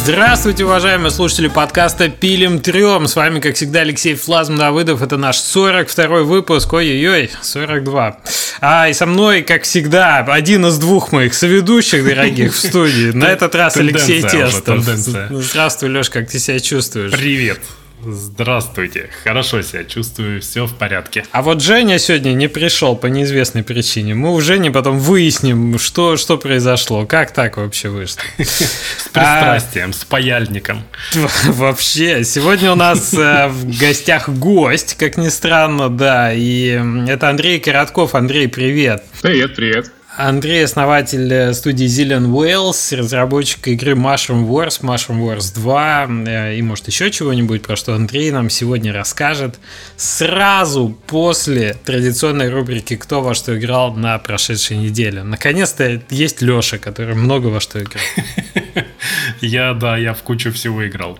Здравствуйте, уважаемые слушатели подкаста «Пилим трем». С вами, как всегда, Алексей Флазм Давыдов. Это наш 42-й выпуск. Ой-ой-ой, 42. И со мной, как всегда, один из двух моих соведущих дорогих в студии. На этот раз Алексей Тестов. Здравствуй, Леш, как ты себя чувствуешь? Привет. Здравствуйте. Хорошо себя чувствую, все в порядке. А вот Женя сегодня не пришел по неизвестной причине. Мы у Жени потом выясним, что произошло. Как так вообще вышло? С пристрастием, с паяльником. Вообще, сегодня у нас в гостях гость, как ни странно, да. И это Андрей Коротков. Андрей, привет. Привет. Андрей, основатель студии Zillion Whales, разработчик игры Mushroom Wars 2 и, может, еще чего-нибудь, про что Андрей нам сегодня расскажет сразу после традиционной рубрики «Кто во что играл» на прошедшей неделе. Наконец-то есть Леша, который много во что играл. Я в кучу всего играл.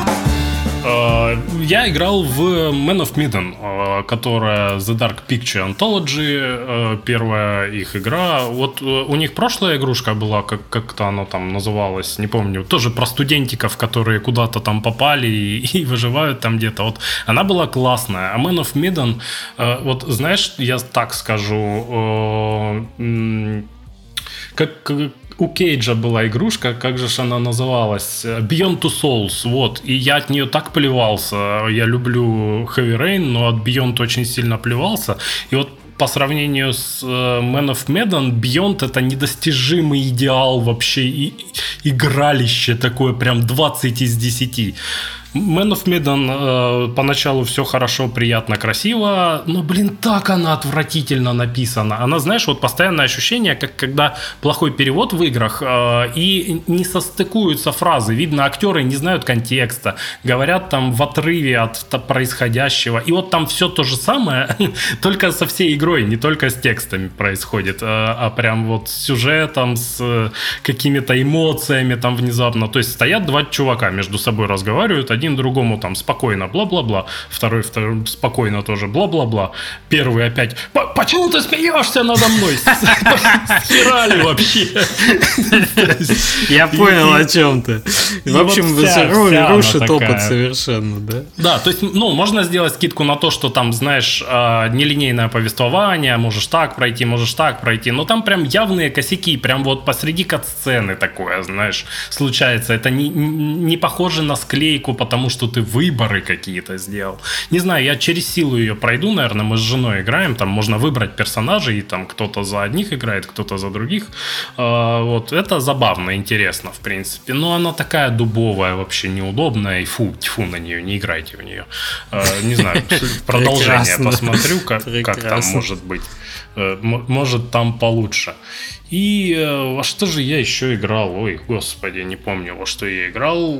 Я играл в Man of Medan, которая The Dark Picture Anthology, первая их игра. Вот у них прошлая игрушка была, как-то она там называлась, не помню, тоже про студентиков, которые куда-то там попали и выживают там где-то. Вот она была классная. А Man of Medan, вот знаешь, я так скажу, как у Кейджа была игрушка, как же она называлась? Beyond Two Souls, вот. И я от нее так плевался. Я люблю Heavy Rain, но от Beyond очень сильно плевался. И вот по сравнению с Man of Medan, Beyond — это недостижимый идеал вообще. И игралище такое прям 20 из 10. Man of Medan поначалу все хорошо, приятно, красиво, но, так она отвратительно написана. Она, знаешь, вот постоянное ощущение, как когда плохой перевод в играх и не состыкуются фразы. Видно, актеры не знают контекста, говорят там в отрыве от происходящего. И вот там все то же самое, только со всей игрой, не только с текстами происходит, а прям вот с сюжетом, с какими-то эмоциями там внезапно. То есть стоят два чувака между собой разговаривают, один другому там спокойно бла-бла-бла, второй спокойно тоже бла-бла-бла, первый опять почему ты смеешься надо мной? Схерали вообще. Я понял, о чем ты. В общем, рушит опыт совершенно, да? Да, то есть, можно сделать скидку на то, что там, знаешь, нелинейное повествование, можешь так пройти, но там прям явные косяки, прям вот посреди кат-сцены такое, знаешь, случается. Это не похоже на склейку, потому что ты выборы какие-то сделал. Не знаю, я через силу ее пройду, наверное, мы с женой играем, там можно выбрать персонажей, и там кто-то за одних играет, кто-то за других. Вот, это забавно, интересно, в принципе. Но она такая дубовая, вообще неудобная, и тьфу на нее, не играйте в нее. Не знаю, продолжение посмотрю, как там может быть. Может, там получше. И во что же я еще играл? Ой, господи, не помню, во что я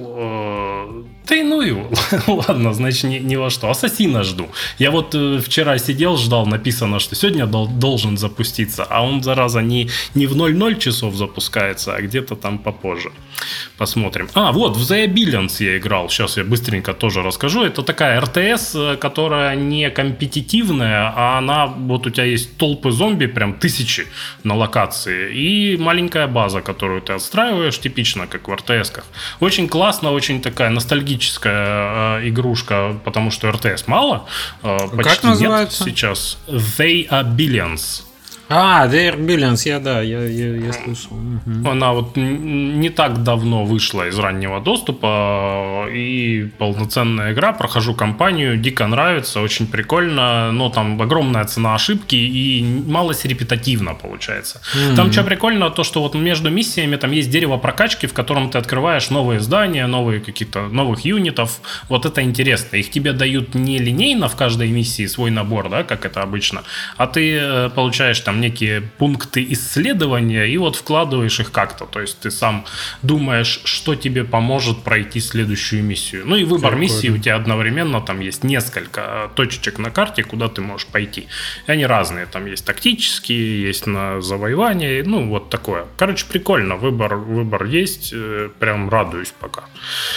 играл. Да и ну его. Ладно, значит, ни во что. Ассасина жду. Я вот вчера сидел, ждал, написано, что сегодня должен запуститься, а он, зараза, не в 00 часов запускается, а где-то там попозже. Посмотрим. Вот, в The Billions я играл. Сейчас я быстренько тоже расскажу. Это такая РТС, которая не компетитивная, а она, вот у тебя есть толпы зомби, прям тысячи на локации, и маленькая база, которую ты отстраиваешь, типично, как в РТС-ках. Очень классно, очень такая ностальгическая игрушка, потому что РТС мало, почти как называется? Нет сейчас. They Are Billions. They Are Billions, я слышал. Угу. Она вот не так давно вышла из раннего доступа, и полноценная игра, прохожу кампанию, дико нравится, очень прикольно, но там огромная цена ошибки и малость репетативно получается. Там что прикольно, то что вот между миссиями там есть дерево прокачки, в котором ты открываешь новые здания, новых юнитов, вот это интересно, их тебе дают не линейно в каждой миссии свой набор, да, как это обычно, а ты получаешь там некие пункты исследования и вот вкладываешь их как-то. То есть ты сам думаешь, что тебе поможет пройти следующую миссию. Ну и выбор миссии у тебя одновременно там есть несколько точечек на карте, куда ты можешь пойти. И они разные. Там есть тактические, есть на завоевание. Ну вот такое. Короче, прикольно. Выбор есть. Прям радуюсь пока.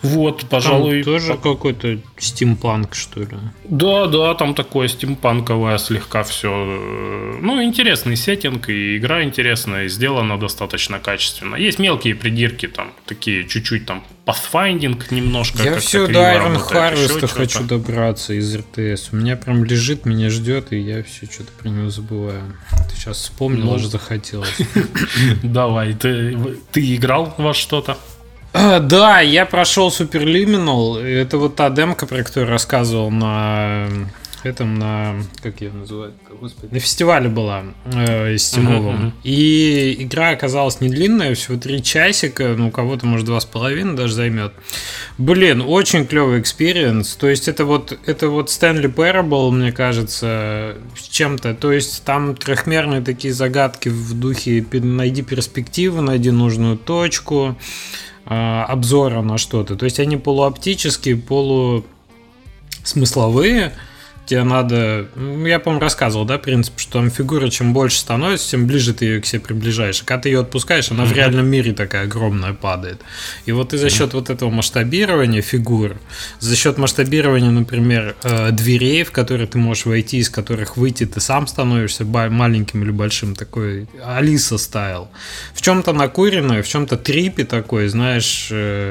Вот, пожалуй... Там тоже какой-то стимпанк, что ли? Да, там такое стимпанковое слегка все. Ну, интересный сеттинг, и игра интересная, и сделана достаточно качественно. Есть мелкие придирки, там, такие чуть-чуть там Pathfinding немножко. Я все до Iron Harvest хочу добраться из РТС. У меня прям лежит, меня ждет, и я все что-то про него забываю. Ты сейчас вспомнил, аж захотелось. Давай, ты играл во что-то? Да, я прошел Superliminal. Это вот та демка, про которую рассказывал на как ее называют, господи, на фестивале была стимовом. И игра оказалась не длинная, всего 3 часика, ну у кого-то может 2,5 даже займет. Блин, очень клевый экспириенс. То есть это вот Stanley Parable, мне кажется, с чем-то. То есть там трехмерные такие загадки в духе найди перспективу, найди нужную точку, обзора на что-то. То есть они полуоптические, полусмысловые. Тебе надо... Я, по-моему, рассказывал, да, принцип, что там фигура чем больше становится, тем ближе ты ее к себе приближаешь. А когда ты ее отпускаешь, она в реальном мире такая огромная падает. И вот ты за счет вот этого масштабирования фигур, за счет масштабирования, например, дверей, в которые ты можешь войти, из которых выйти ты сам становишься маленьким или большим, такой Алиса стайл. В чем-то накуренное, в чем-то трипи такой, знаешь.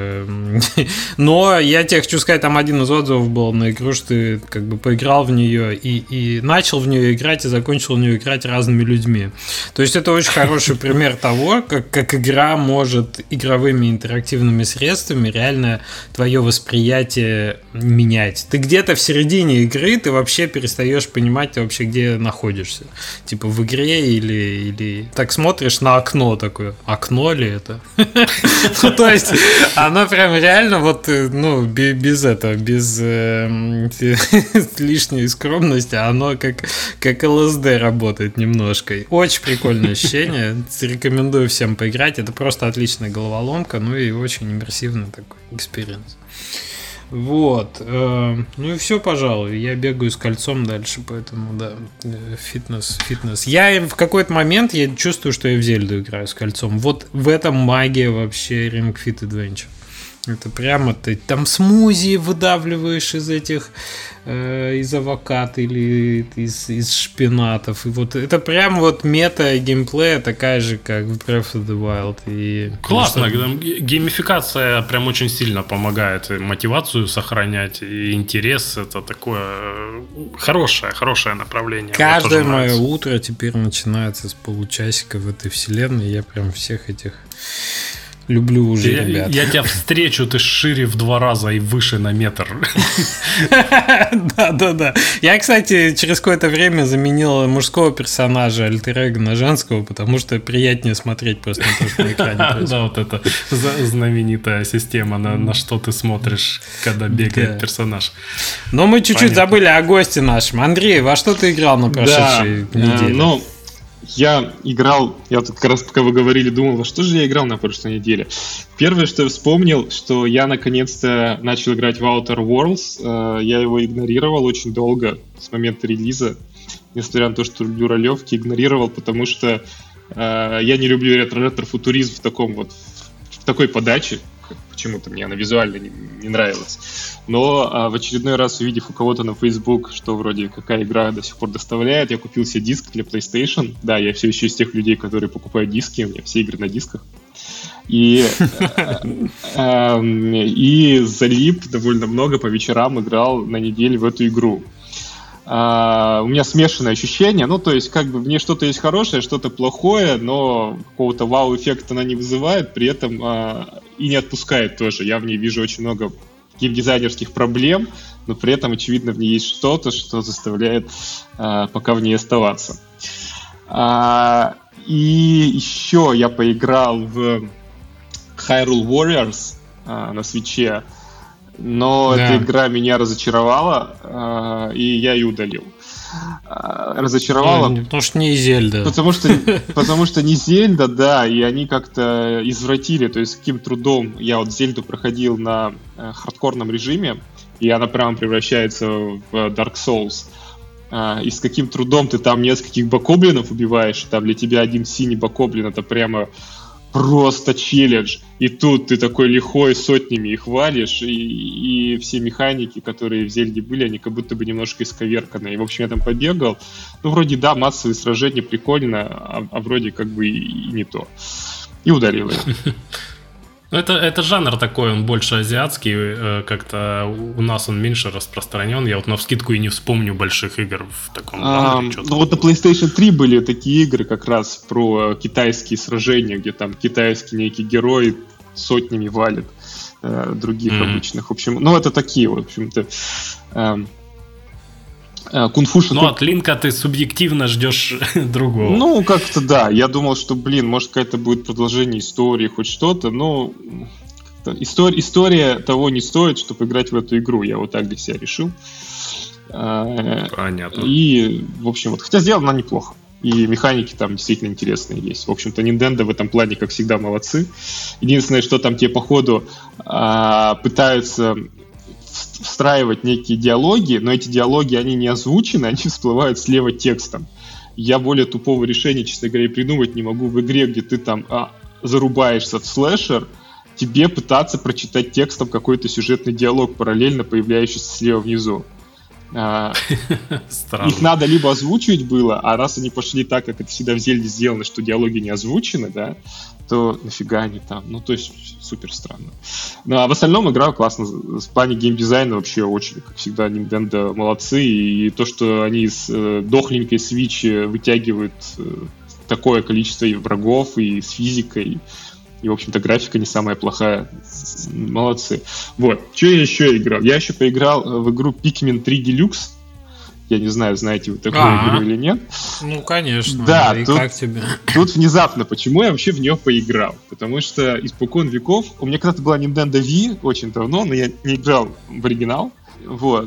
Но я тебе хочу сказать, там один из отзывов был на игру, что ты как бы поиграл в нее и начал в нее играть и закончил в нее играть разными людьми. То есть это очень хороший пример того, как игра может игровыми интерактивными средствами реально твое восприятие менять. Ты где-то в середине игры ты вообще перестаешь понимать ты вообще где находишься. Типа в игре или так смотришь на окно такое. Окно ли это? То есть оно прям реально вот без этого, без лишней скромности, оно как ЛСД работает немножко. Очень прикольное ощущение. Рекомендую всем поиграть. Это просто отличная головоломка, ну и очень иммерсивный такой экспириенс. Вот. Ну и все, пожалуй. Я бегаю с кольцом дальше, поэтому да. Фитнес. Я в какой-то момент я чувствую, что я в Зельду играю с кольцом. Вот в этом магия вообще Ring Fit Adventure. Это прямо ты там смузи выдавливаешь из этих из авокадо или из шпинатов. И вот это прям вот мета геймплея такая же, как в Breath of the Wild. И классно, геймификация прям очень сильно помогает мотивацию сохранять и интерес. Это такое хорошее направление. Каждое мое утро теперь начинается с получасика в этой вселенной. Я прям всех этих люблю уже, ребят. Я тебя встречу, ты шире в 2 раза и выше на метр. Да. Я, кстати, через какое-то время заменил мужского персонажа альтер-эго на женского, потому что приятнее смотреть просто на то, что на экране происходит. Да, вот это знаменитая система, на что ты смотришь, когда бегает персонаж. Но мы чуть-чуть забыли о госте нашем. Андрей, во что ты играл на прошедшей неделе? Я тут как раз пока вы говорили, думал, во что же я играл на прошлой неделе. Первое, что я вспомнил, что я наконец-то начал играть в Outer Worlds. Я его игнорировал очень долго, с момента релиза. Несмотря на то, что люблю ролевки, игнорировал, потому что я не люблю ретро-футуризм в такой подаче. Почему-то мне она визуально не нравилась. Но в очередной раз, увидев у кого-то на Facebook, что вроде какая игра до сих пор доставляет, я купил себе диск для PlayStation. Да, я все еще из тех людей, которые покупают диски, у меня все игры на дисках. И залип довольно много, по вечерам играл на неделе в эту игру. У меня смешанные ощущения, то есть как бы в ней что-то есть хорошее, что-то плохое, но какого-то вау-эффекта она не вызывает, при этом и не отпускает тоже. Я в ней вижу очень много геймдизайнерских проблем, но при этом, очевидно, в ней есть что-то, что заставляет пока в ней оставаться. И еще я поиграл в Hyrule Warriors на Switch'е, но эта игра меня разочаровала, и я ее удалил. Разочаровала. Потому что не Зельда. Потому что не Зельда, да, и они как-то извратили, то есть с каким трудом я вот Зельду проходил на хардкорном режиме, и она прямо превращается в Dark Souls. И с каким трудом ты там нескольких бокоблинов убиваешь, там для тебя один синий бокоблин, это прямо просто челлендж. И тут ты такой лихой сотнями их валишь, и все механики, которые в Зельде были, они как будто бы немножко исковерканы. И, в общем, я там побегал. Ну, вроде, да, массовые сражения прикольно, а вроде как бы и не то. И удалил их. Это жанр такой, он больше азиатский, как-то у нас он меньше распространен. Я вот навскидку и не вспомню больших игр в таком жанре. Ну вот на PlayStation 3 были такие игры как раз про китайские сражения, где там китайский некий герой сотнями валит других обычных. В общем, ну это такие, в общем-то... Кунг-фу. Ну, от Линка ты субъективно ждешь другого. Ну, как-то да. Я думал, что, может, какая-то будет продолжение истории, хоть что-то, но история того не стоит, чтобы играть в эту игру. Я вот так для себя решил. Понятно. И, в общем, вот, хотя сделано неплохо. И механики там действительно интересные есть. В общем-то, Nintendo в этом плане, как всегда, молодцы. Единственное, что там тебе, по ходу, пытаются... встраивать некие диалоги, но эти диалоги, они не озвучены, они всплывают слева текстом. Я более тупого решения, честно говоря, придумать не могу в игре, где ты там зарубаешься в слэшер, тебе пытаться прочитать текстом какой-то сюжетный диалог, параллельно появляющийся слева внизу. Их надо либо озвучивать было, а раз они пошли так, как это всегда в Зельде сделано, что диалоги не озвучены, да, то нафига они там? Ну, то есть, супер странно. Ну, а в остальном игра классно. В плане геймдизайна вообще очень, как всегда, Nintendo молодцы. И то, что они с дохленькой Switch вытягивают такое количество врагов и с физикой, и, в общем-то, графика не самая плохая. Молодцы. Вот. Что я еще играл? Я еще поиграл в игру Pikmin 3 Deluxe. Я не знаю, знаете вы такую игру или нет. Ну, конечно. Да, и тут, как тебе? Тут внезапно. Почему я вообще в нее поиграл? Потому что испокон веков... У меня когда-то была Nintendo Wii очень давно, но я не играл в оригинал. Вот.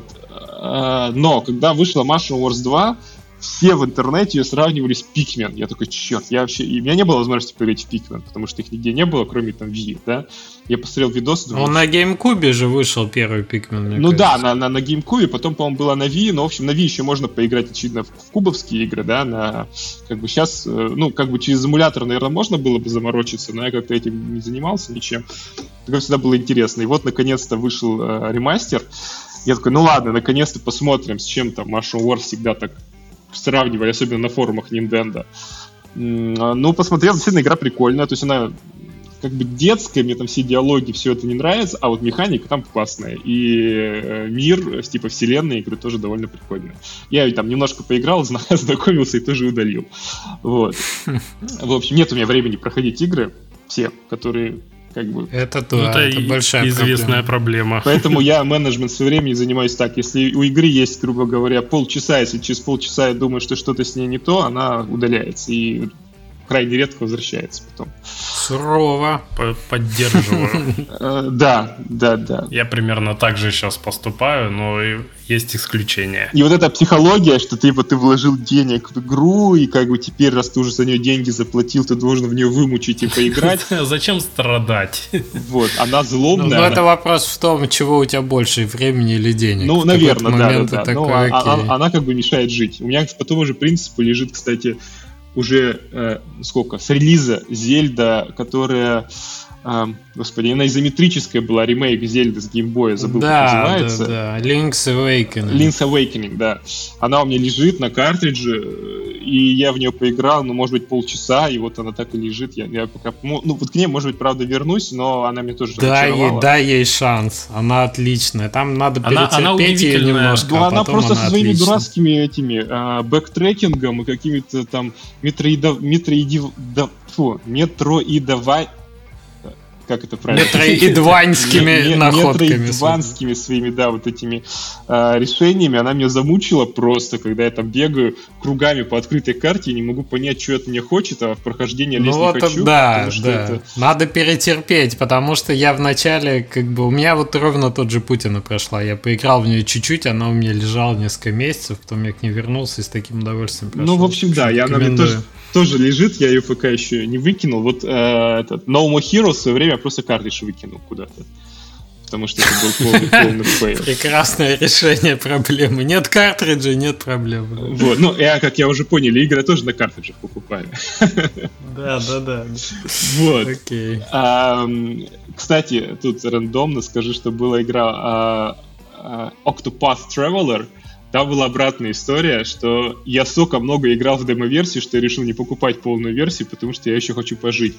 Но когда вышла Mushroom Wars 2, все в интернете ее сравнивали с Pikmin. Я такой, черт, и у меня не было возможности поиграть в Pikmin, потому что их нигде не было, кроме там Wii, да. Я посмотрел видосы. Думал, на GameCube же вышел первый Pikmin. Ну кажется. Да, на GameCube, потом, по-моему, было на Wii, но, в общем, на Wii еще можно поиграть, очевидно, в кубовские игры, да, как бы сейчас, через эмулятор, наверное, можно было бы заморочиться, но я как-то этим не занимался ничем. Такое всегда было интересно. И вот, наконец-то, вышел ремастер. Я такой, ну ладно, наконец-то посмотрим, с чем там Mushroom Wars всегда так сравнивали, особенно на форумах Nintendo. Ну, посмотрел, действительно, игра прикольная, то есть она как бы детская, мне там все диалоги, все это не нравится, а вот механика там классная. И мир, типа вселенной игры тоже довольно прикольная. Я там немножко поиграл, ознакомился и тоже удалил. Вот. В общем, нет у меня времени проходить игры, все, которые... Как бы. Это большая известная проблема. Поэтому я менеджмент своего времени занимаюсь так. Если у игры есть, грубо говоря, полчаса, если через полчаса я думаю, что что-то с ней не то, она удаляется и крайне редко возвращается потом. Сурово. Поддерживаю. Да. Я примерно так же сейчас поступаю, но есть исключения. И вот эта психология, что ты вложил денег в игру, и как бы теперь, раз ты уже за нее деньги заплатил, ты должен в нее вымучить и поиграть. Зачем страдать? Вот, она злобная. Ну, это вопрос в том, чего у тебя больше, времени или денег. Ну, наверное, да. Она как бы мешает жить. У меня по тому же принципу лежит, кстати, уже с релиза Зельда, которая, господи, она изометрическая была, ремейк Зельды с геймбоя, забыл, как называется. Да. Link's Awakening, да. Она у меня лежит на картридже, и я в нее поиграл, может быть, полчаса, и вот она так и лежит. Я пока, вот к ней, может быть, правда, вернусь, но она мне тоже разочаровала. Дай ей шанс, она отличная. Там надо перетерпеть ее немножко. Да, она просто со своими дурацкими этими бэктрекингом и какими-то там метроидовай... Как это правильно? Метроидванскими находками. Метроидванскими своими, да, вот этими решениями. Она меня замучила просто, когда я там бегаю кругами по открытой карте и не могу понять, что от меня хочет, а в прохождение лезть не хочу. Да. Надо перетерпеть, потому что я вначале, как бы, у меня вот ровно тот же путь она прошла. Я поиграл в нее чуть-чуть, она у меня лежала несколько месяцев, потом я к ней вернулся и с таким удовольствием прошел. Ну, в общем, да, она мне тоже лежит, я ее пока еще не выкинул. Вот No More Heroes в свое время я просто картридж выкинул куда-то. потому что это был полный фейл. Прекрасное решение проблемы. Нет картриджа, нет проблемы. Вот. Ну, как я уже понял, игры тоже на картриджах покупали. Да. Вот. Окей. Кстати, тут рандомно скажу, что была игра Octopath Traveler. Там была обратная история, что я столько много играл в демо-версию, что я решил не покупать полную версию, потому что я еще хочу пожить.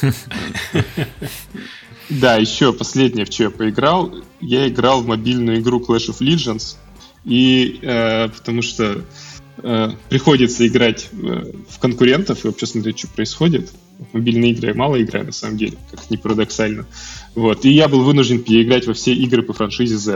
Да, еще последнее, в что я поиграл. Я играл в мобильную игру Clash of Legends, и потому что приходится играть в конкурентов и вообще смотреть, что происходит. В мобильные игры я мало играю, на самом деле, как ни парадоксально. Вот. И я был вынужден переиграть во все игры по франшизе Z.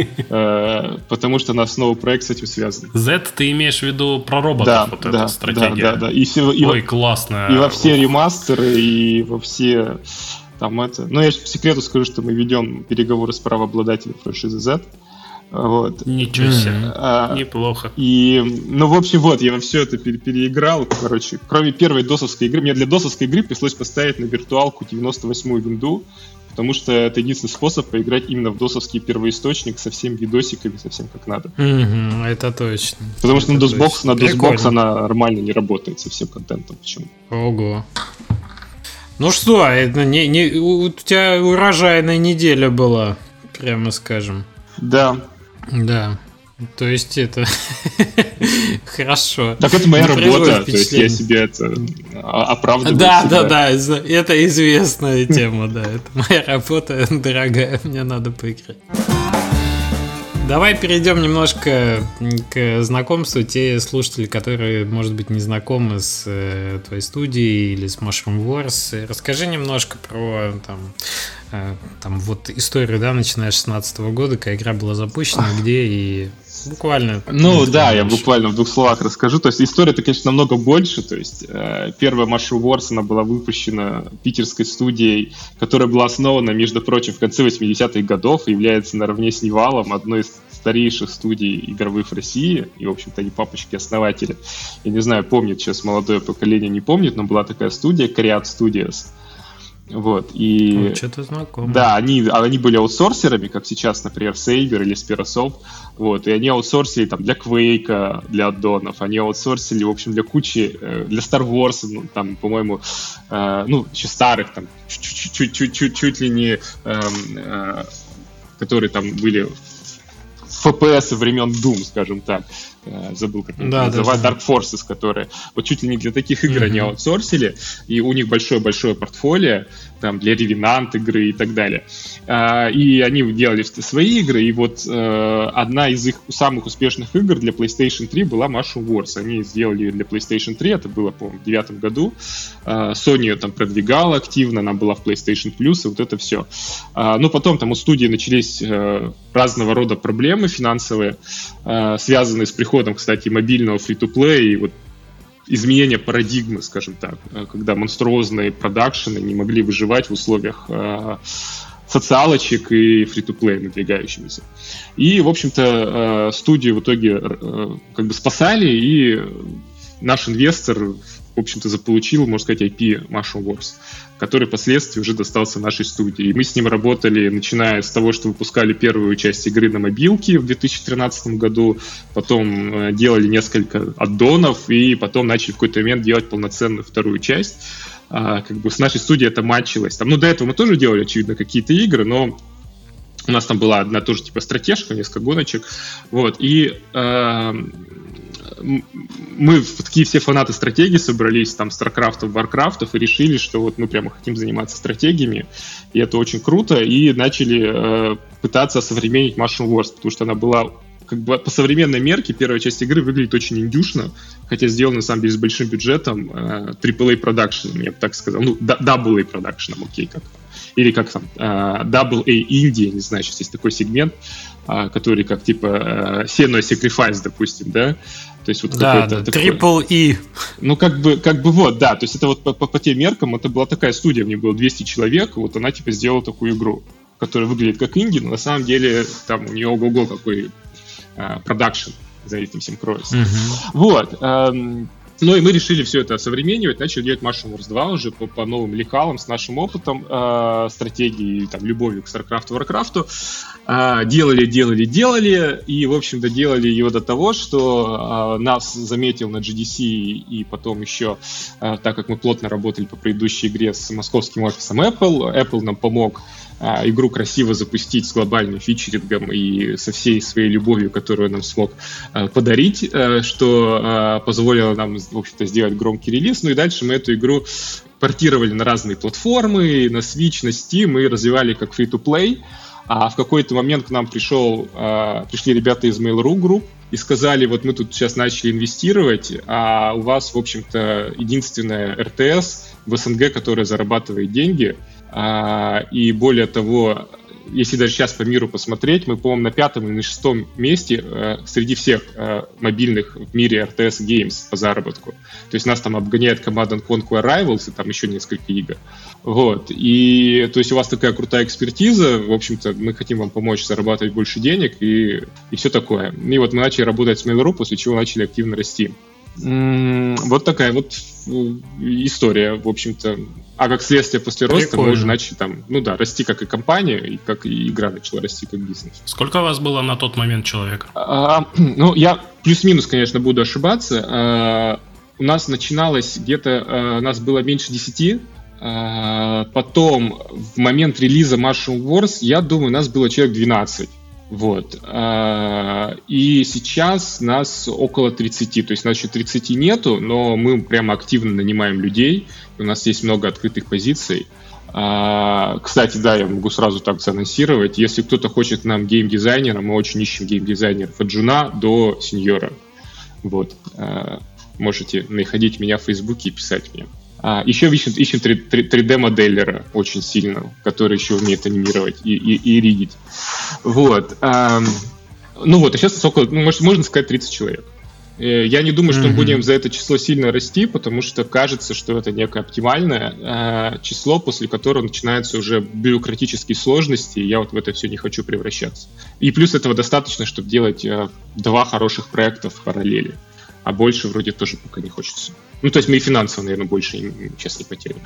Потому что на основу проект с этим связан. Z ты имеешь в виду про роботов, вот эта стратегия? Да. Ой, классная. И во все ремастеры, и во все там это... Ну, я по секрету скажу, что мы ведем переговоры с правообладателем франшизы Z. Вот. Ничего себе. Неплохо. И, ну, в общем, вот, я во все это переиграл, короче. Кроме первой досовской игры, мне для досовской игры пришлось поставить на виртуалку 98-ю винду, потому что это единственный способ поиграть именно в досовский первоисточник со всеми видосиками, со всем как надо. Это точно. Потому что на DOSBox она нормально не работает со всем контентом. Почему? Ого. Ну что, это у тебя урожайная неделя была, прямо скажем. Да. Да. То есть это хорошо. Так это моя работа, то есть я себе это оправдываю. Да, это известная тема, да. Это моя работа, дорогая, мне надо поиграть. Давай перейдем немножко к знакомству. Те слушатели, которые, может быть, не знакомы с твоей студией или с Mushroom Wars, расскажи немножко про там вот историю, да, начиная с 2016 года, когда игра была запущена, где и буквально... Ну да, я буквально в 2 словах расскажу. То есть история-то, конечно, намного больше. То есть первая Mushroom Wars, она была выпущена питерской студией, которая была основана, между прочим, в конце 80-х годов и является наравне с Невалом одной из старейших студий игровых в России. И, в общем-то, они папочки-основатели. Я не знаю, помнит сейчас молодое поколение, не помнит, но была такая студия, Cariad Studios. Вот, и... Что-то знакомо. Да, они были аутсорсерами, как сейчас, например, Saber или Sperasoft. Вот, и они аутсорсили там для Quake, для аддонов, они аутсорсили, в общем, для кучи, для Star Wars, ну, там, по-моему, еще старых, там, чуть ли не, которые там были FPS времен Doom, скажем так. Забыл, как они называют, Dark Forces, которые вот чуть ли не для таких игр они аутсорсили, и у них большое-большое портфолио там для Revenant игры и так далее. И они делали свои игры, и вот одна из их самых успешных игр для PlayStation 3 была Mushroom Wars. Они сделали ее для PlayStation 3, это было, по-моему, в 2009 году. Sony ее там продвигала активно, она была в PlayStation Plus, и вот это все. Но потом там у студии начались разного рода проблемы финансовые, связанные с приходом, кстати, мобильного фри-то-плей и вот изменение парадигмы, скажем так, когда монструозные продакшены не могли выживать в условиях социалочек и фри-то-плей надвигающимися. И, в общем-то, студию в итоге как бы спасали, и наш инвестор, в общем-то, заполучил, можно сказать, IP Mushroom Wars, который впоследствии уже достался нашей студии. И мы с ним работали, начиная с того, что выпускали первую часть игры на мобилке в 2013 году, потом делали несколько аддонов, и потом начали в какой-то момент делать полноценную вторую часть. Как бы с нашей студией это матчилось. Там, до этого мы тоже делали, очевидно, какие-то игры, но у нас там была одна тоже типа стратежка, несколько гоночек. Вот, и мы такие все фанаты стратегии собрались, там, StarCraft, Warcraft, и решили, что вот мы прямо хотим заниматься стратегиями, и это очень круто, и начали пытаться осовременить Mushroom Wars, потому что она была, как бы, по современной мерке, первая часть игры выглядит очень индюшно, хотя сделана, на самом деле, с большим бюджетом, AAA продакшеном, я бы так сказал, ну, AA продакшеном, окей, как или как там, AA Indie, не знаю, сейчас есть такой сегмент, который как типа Senua Sacrifice, допустим, да, то есть вот да, да, Triple E. Ну, как бы вот, да, то есть это вот по тем меркам, это была такая студия, в ней было 200 человек, вот она типа сделала такую игру, которая выглядит как инди, но на самом деле там у нее ого-го какой продакшн за этим всем кроется. Вот. Ну и мы решили все это осовременивать, начали делать Mushroom Wars 2 уже по новым лекалам, с нашим опытом, стратегией, там, любовью к StarCraft, Warcraft. Делали, и, в общем, доделали его до того, что нас заметил на GDC, и потом еще, так как мы плотно работали по предыдущей игре с московским офисом Apple нам помог игру красиво запустить с глобальным фичерингом и со всей своей любовью, которую нам смог подарить, что позволило нам, в общем-то, сделать громкий релиз. Ну и дальше мы эту игру портировали на разные платформы, на Switch, на Steam, и развивали как free-to-play. А в какой-то момент к нам пришли ребята из Mail.ru Group и сказали, вот мы тут сейчас начали инвестировать, а у вас, в общем-то, единственная РТС в СНГ, которая зарабатывает деньги. И более того, если даже сейчас по миру посмотреть, мы, по-моему, на 5-м или на 6-м месте среди всех мобильных в мире RTS Games по заработку. То есть нас там обгоняет Command & Conquer Rivals и там еще несколько игр. Вот. И то есть у вас такая крутая экспертиза, в общем-то, мы хотим вам помочь зарабатывать больше денег и все такое. И вот мы начали работать с Mail.ru, после чего начали активно расти. Вот такая вот история, в общем-то. А как следствие после роста мы уже начали там, расти как и компания, и как и игра начала расти как бизнес. Сколько у вас было на тот момент человек? Я плюс-минус, конечно, буду ошибаться. У нас начиналось где-то, нас было меньше 10. Потом, в момент релиза Mushroom Wars, я думаю, у нас было человек 12. Вот. И сейчас нас около 30. То есть нас еще 30 нету, но мы прямо активно нанимаем людей. У нас есть много открытых позиций. Кстати, да, я могу сразу так заанонсировать. Если кто-то хочет к нам геймдизайнера, мы очень ищем геймдизайнеров от джуна до сеньора. Вот. Можете находить меня в Фейсбуке и писать мне. Еще ищем 3D-моделлера очень сильно, который еще умеет анимировать и ригить. Вот. А сейчас около, можно сказать, 30 человек. Я не думаю, что мы будем за это число сильно расти, потому что кажется, что это некое оптимальное число, после которого начинаются уже бюрократические сложности, и я вот в это все не хочу превращаться. И плюс этого достаточно, чтобы делать 2 хороших проекта в параллели. А больше вроде тоже пока не хочется. То есть мы и финансово, наверное, больше сейчас не потеряем.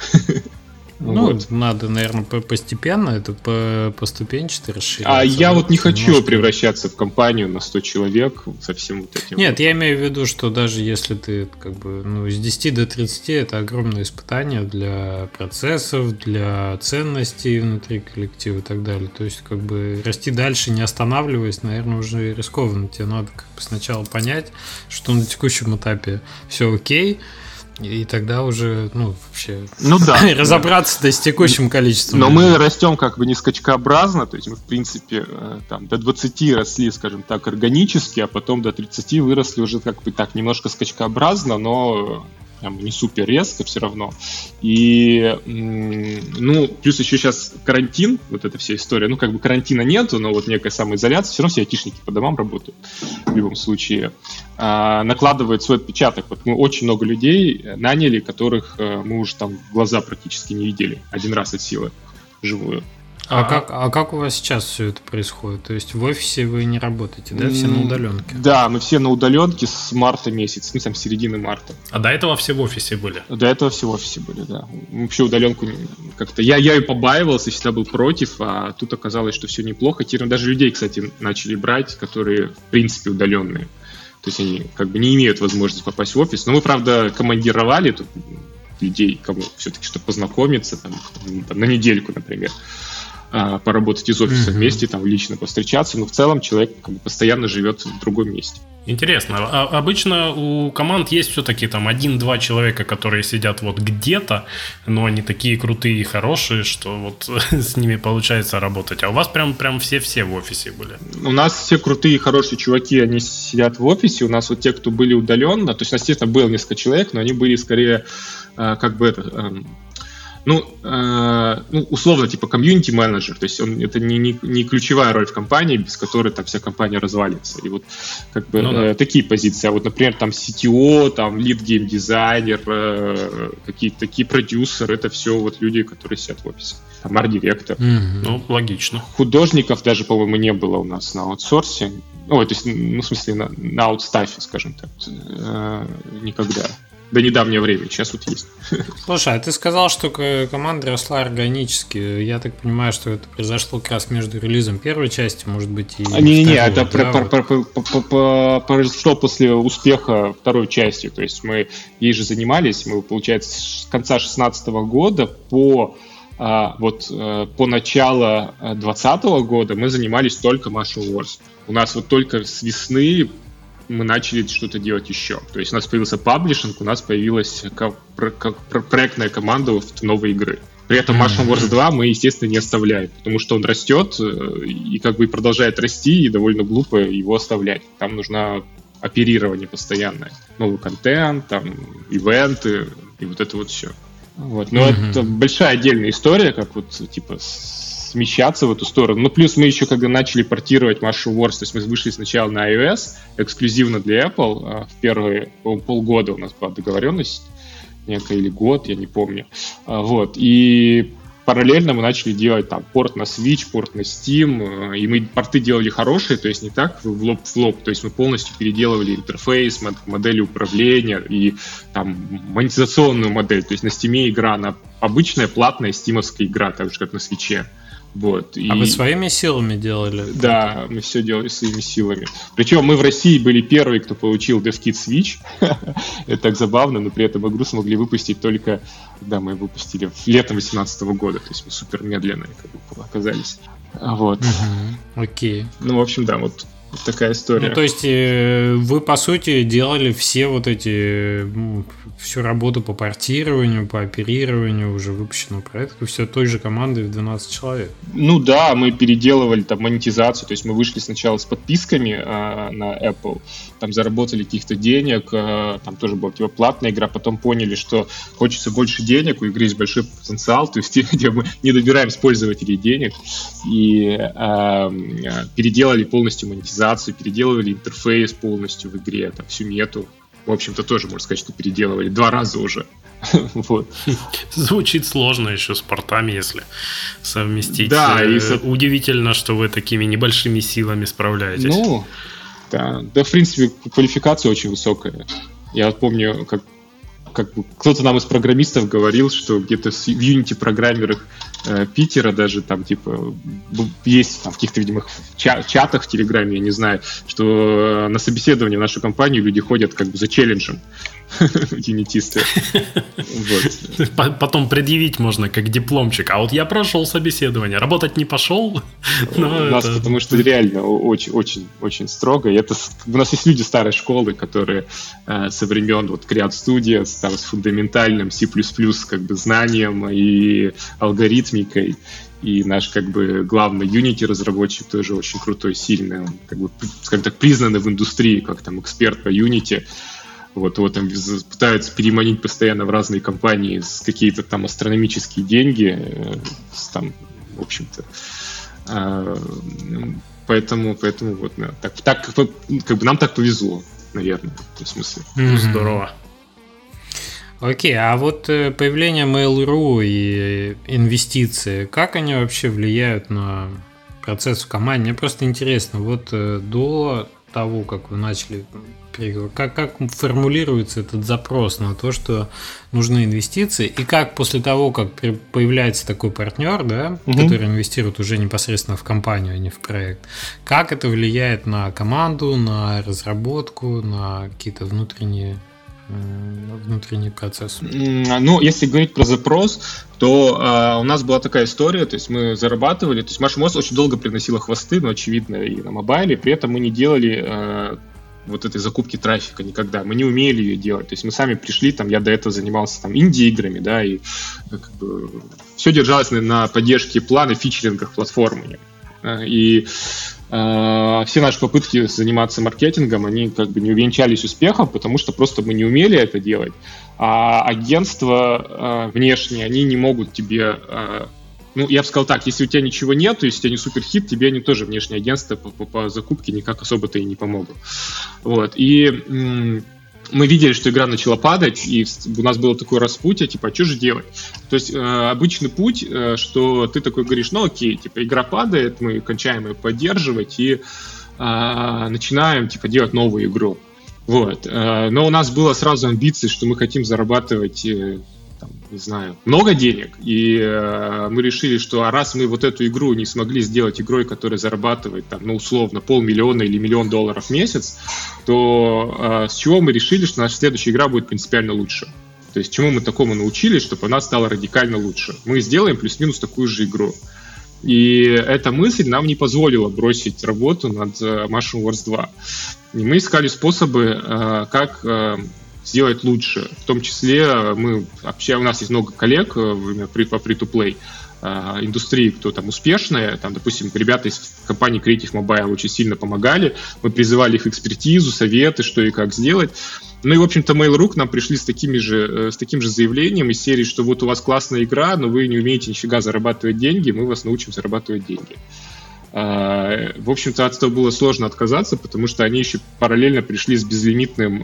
Надо, наверное, постепенно, это поступенчато расширяться. Я вот не хочу превращаться в компанию на 100 человек со всем вот этим. Нет, я имею в виду, что даже если ты с 10 до 30, это огромное испытание для процессов, для ценностей внутри коллектива и так далее. То есть, расти дальше, не останавливаясь, наверное, уже рискованно. Тебе надо сначала понять, что на текущем этапе все окей, и тогда уже, вообще разобраться с текущим количеством. Но мы растем не скачкообразно, то есть мы, в принципе, до 20 росли, скажем так, органически, а потом до 30 выросли уже так немножко скачкообразно, но не супер резко все равно. И, плюс еще сейчас карантин, вот эта вся история, карантина нету, но вот некая самоизоляция, все равно все айтишники по домам работают в любом случае, накладывает свой отпечаток. Вот мы очень много людей наняли, которых мы уже там в глаза практически не видели, один раз от силы, вживую. А как у вас сейчас все это происходит? То есть в офисе вы не работаете, да? Все на удаленке? Да, мы все на удаленке с марта месяца, с середины марта. А до этого все в офисе были? До этого все в офисе были, да. Вообще удаленку как-то... Я ее побаивался, всегда был против, а тут оказалось, что все неплохо. Даже людей, кстати, начали брать, которые, в принципе, удаленные. То есть они не имеют возможности попасть в офис. Но мы, правда, командировали тут людей, кому все-таки, чтобы познакомиться, на недельку, например. Поработать из офиса вместе, лично повстречаться, но в целом человек постоянно живет в другом месте. Интересно. Обычно у команд есть все-таки 1-2 человека, которые сидят вот где-то, но они такие крутые и хорошие, что вот с ними получается работать. А у вас прям все в офисе были? У нас все крутые и хорошие чуваки, они сидят в офисе. У нас вот те, кто были удаленно, то есть у нас, естественно, было несколько человек, но они были скорее условно, комьюнити-менеджер, то есть это не ключевая роль в компании, без которой вся компания развалится. И вот такие позиции. А вот, например, CTO, лид-гейм-дизайнер, какие-то такие продюсеры, это все вот люди, которые сидят в офисе. Арт-директор. Логично. Художников даже, по-моему, не было у нас на аутсорсе. В смысле, на аутстафе, скажем так. Никогда. до недавнего времени. Сейчас вот есть. Слушай, а ты сказал, что команда росла органически. Я так понимаю, что это произошло как раз между релизом первой части, может быть, и Не-не-не, это произошло после успеха второй части. То есть мы ей же занимались, мы, получается, с конца 2016 года по начало 2020 года мы занимались только Mushroom Wars. У нас вот только с весны мы начали что-то делать еще. То есть у нас появился паблишинг, у нас появилась проектная команда в новой игры. При этом Mushroom Wars 2 мы, естественно, не оставляем, потому что он растет и как бы продолжает расти, и довольно глупо его оставлять. Там нужно оперирование постоянное. Новый контент, там, ивенты и вот это вот все. Вот. Но это большая отдельная история, как вот, типа, смещаться в эту сторону. Ну, плюс мы еще, когда начали портировать Mushroom Wars, то есть мы вышли сначала на iOS, эксклюзивно для Apple, в первые полгода у нас была договоренность некая, или год, я не помню. Вот. И параллельно мы начали делать там порт на Switch, порт на Steam, и мы порты делали хорошие, то есть не так в лоб в лоб, то есть мы полностью переделывали интерфейс, модели управления и там монетизационную модель, то есть на Steam игра, она обычная платная стимовская игра, так же как на Switch. Вот. А вы своими силами делали? Да, мы все делали своими силами. Причем мы в России были первые, кто получил DevKit Switch. Это так забавно, но при этом игру смогли выпустить только, когда мы выпустили летом 2018 года. То есть мы супер медленные как бы оказались. Вот. Окей. Ну, в общем, да, вот такая история. Ну, то есть вы, по сути, делали все вот эти, всю работу по портированию, по оперированию уже выпущенного проекта, все той же командой в 12 человек. Ну да, мы переделывали там монетизацию, то есть мы вышли сначала с подписками на Apple, там заработали каких-то денег, там тоже была типа платная игра, потом поняли, что хочется больше денег, у игры есть большой потенциал, то есть где мы не добираем с пользователей денег, и переделали полностью монетизацию, переделывали интерфейс полностью в игре, там всю мету. В общем-то, тоже, можно сказать, что переделывали 2 раза уже. Вот. Звучит сложно еще с портами, если совместить. Да, удивительно, что вы такими небольшими силами справляетесь. Ну, да, в принципе, квалификация очень высокая. Я вот помню, как кто-то нам из программистов говорил, что где-то в Unity-программерах Питера даже там, типа, есть там в каких-то, видимо, чатах в Телеграме, я не знаю, что на собеседование в нашу компанию люди ходят как бы за челленджем. Юнитисты. Потом предъявить можно как дипломчик. А вот я прошел собеседование, работать не пошел. У нас, потому что реально очень строго. У нас есть люди старой школы, которые со времен вот Create Studio там, с фундаментальным C++ как бы знанием и алгоритмикой. И наш, как бы, главный Unity-разработчик тоже очень крутой, сильный. Он, как бы, скажем так, признанный в индустрии, как там эксперт по Unity. Вот там пытаются переманить постоянно в разные компании с какие-то там астрономические деньги. Там, в общем-то. Поэтому вот, да, так как бы нам так повезло, наверное, в этом смысле. Здорово. Окей, а вот появление Mail.ru и инвестиции, как они вообще влияют на процесс в команде? Мне просто интересно, вот до того, как вы начали переговоры, как формулируется этот запрос на то, что нужны инвестиции, и как после того, как появляется такой партнер, да, который инвестирует уже непосредственно в компанию, а не в проект, как это влияет на команду, на разработку, на какие-то внутренний процесс? Ну, если говорить про запрос, то у нас была такая история, то есть мы зарабатывали, то есть Mushroom Wars очень долго приносила хвосты, но очевидно и на мобайле, при этом мы не делали вот этой закупки трафика никогда, мы не умели ее делать, то есть мы сами пришли, там, я до этого занимался там инди-играми, да, и как бы все держалось на поддержке плана, фичерингах платформы, и все наши попытки заниматься маркетингом, они как бы не увенчались успехом, потому что просто мы не умели это делать. А агентства внешние, они не могут тебе... Ну, я бы сказал так, если у тебя ничего нет, то есть у тебя не суперхит, тебе они тоже внешние агентства по закупке никак особо-то и не помогут. Вот. И мы видели, что игра начала падать, и у нас было такое распутье, типа, а что же делать? То есть обычный путь, что ты такой говоришь, ну окей, типа, игра падает, мы кончаем ее поддерживать и начинаем, типа, делать новую игру. Вот. Но у нас было сразу амбиции, что мы хотим зарабатывать, там, не знаю, много денег. И мы решили, что раз мы вот эту игру не смогли сделать игрой, которая зарабатывает, там, ну, условно, $500,000 или $1 миллион в месяц, то с чего мы решили, что наша следующая игра будет принципиально лучше. То есть чему мы такому научились, чтобы она стала радикально лучше. Мы сделаем плюс-минус такую же игру. И эта мысль нам не позволила бросить работу над Mushroom Wars 2. И мы искали способы, как сделать лучше. В том числе у нас есть много коллег по free-to-play индустрии, кто там успешные. Там, допустим, ребята из компании Creative Mobile очень сильно помогали. Мы призывали их экспертизу, советы, что и как сделать. Ну и, в общем-то, Mail.ru к нам пришли с таким же заявлением из серии, что вот у вас классная игра, но вы не умеете нифига зарабатывать деньги, мы вас научим зарабатывать деньги. В общем-то, от этого было сложно отказаться, потому что они еще параллельно пришли с безлимитным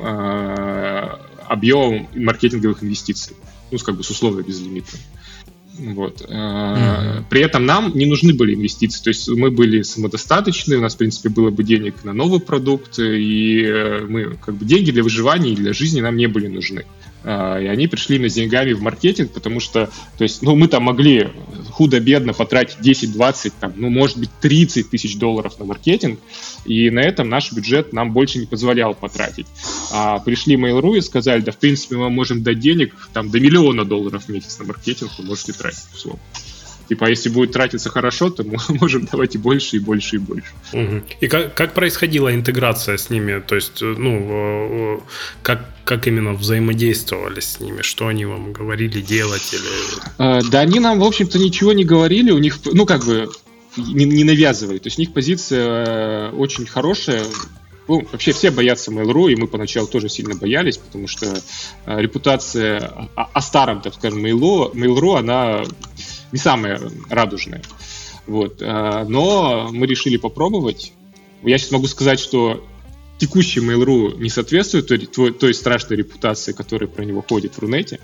объемом маркетинговых инвестиций. Ну, как бы с условно безлимитным. Вот. При этом нам не нужны были инвестиции, то есть мы были самодостаточны, у нас, в принципе, было бы денег на новый продукт, и мы, как бы, деньги для выживания и для жизни нам не были нужны. И они пришли именно с деньгами в маркетинг, потому что, то есть, ну, мы там могли худо-бедно потратить 10-20, там, ну, может быть, $30 тысяч на маркетинг, и на этом наш бюджет нам больше не позволял потратить. А пришли Mail.ru и сказали, да, в принципе, мы можем дать денег там до $1 миллиона в месяц на маркетинг, вы можете тратить, условно. Типа, если будет тратиться хорошо, то мы можем давать и больше, и больше, и больше. Угу. И как происходила интеграция с ними? То есть, ну, как именно взаимодействовали с ними? Что они вам говорили делать? Или... Да, они нам, в общем-то, ничего не говорили. У них, ну, как бы, не навязывали. То есть, у них позиция очень хорошая. Ну, вообще все боятся Mail.ru, и мы поначалу тоже сильно боялись, потому что репутация о старом, так скажем, Mail.ru, она не самая радужная. Вот. Но мы решили попробовать. Я сейчас могу сказать, что текущий Mail.ru не соответствует той страшной репутации, которая про него ходит в Рунете.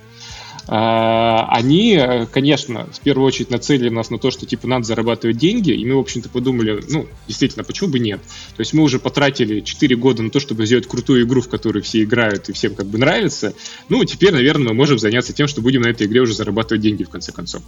Они, конечно, в первую очередь нацелили нас на то, что типа надо зарабатывать деньги, и мы, в общем-то, подумали, ну, действительно, почему бы нет? То есть мы уже потратили 4 года на то, чтобы сделать крутую игру, в которую все играют и всем как бы нравится. Ну, теперь, наверное, мы можем заняться тем, что будем на этой игре уже зарабатывать деньги, в конце концов.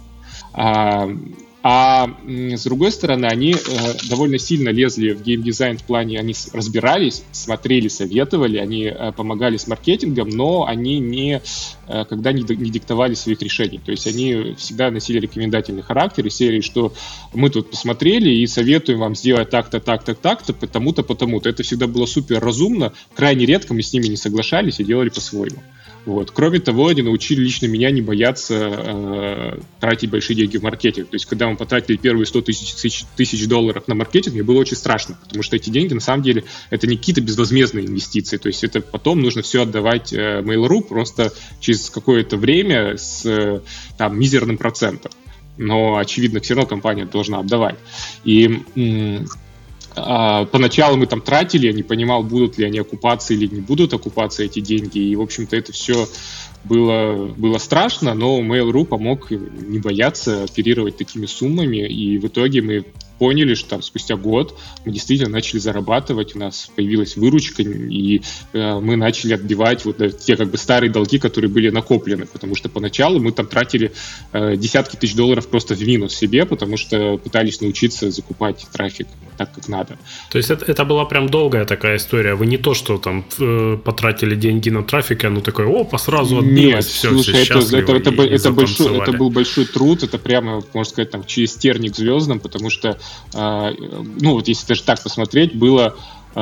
А с другой стороны, они довольно сильно лезли в геймдизайн в плане, они разбирались, смотрели, советовали, они помогали с маркетингом, но они никогда не диктовали своих решений. То есть они всегда носили рекомендательный характер из серии, что мы тут посмотрели и советуем вам сделать так-то, так-то, так-то, потому-то, потому-то. Это всегда было супер разумно, крайне редко мы с ними не соглашались и делали по-своему. Вот. Кроме того, они научили лично меня не бояться тратить большие деньги в маркетинг. То есть, когда мы потратили первые $100 тысяч на маркетинг, мне было очень страшно, потому что эти деньги, на самом деле, это не какие-то безвозмездные инвестиции. То есть, это потом нужно все отдавать Mail.ru просто через какое-то время с там, мизерным процентом. Но, очевидно, все равно компания должна отдавать. И поначалу мы там тратили, я не понимал, будут ли они окупаться или не будут окупаться эти деньги, и, в общем-то, это все было страшно, но Mail.ru помог не бояться оперировать такими суммами, и в итоге мы поняли, что там спустя год мы действительно начали зарабатывать, у нас появилась выручка, и мы начали отбивать вот те как бы старые долги, которые были накоплены, потому что поначалу мы там тратили десятки тысяч долларов просто в минус себе, потому что пытались научиться закупать трафик так, как надо. То есть это была прям долгая такая история, вы не то, что там потратили деньги на трафик, и оно такое, опа, сразу отбилось, все, слушай, все счастливы. Это был большой труд, это прямо, можно сказать, там, через терник к звездам, потому что ну вот если даже так посмотреть, было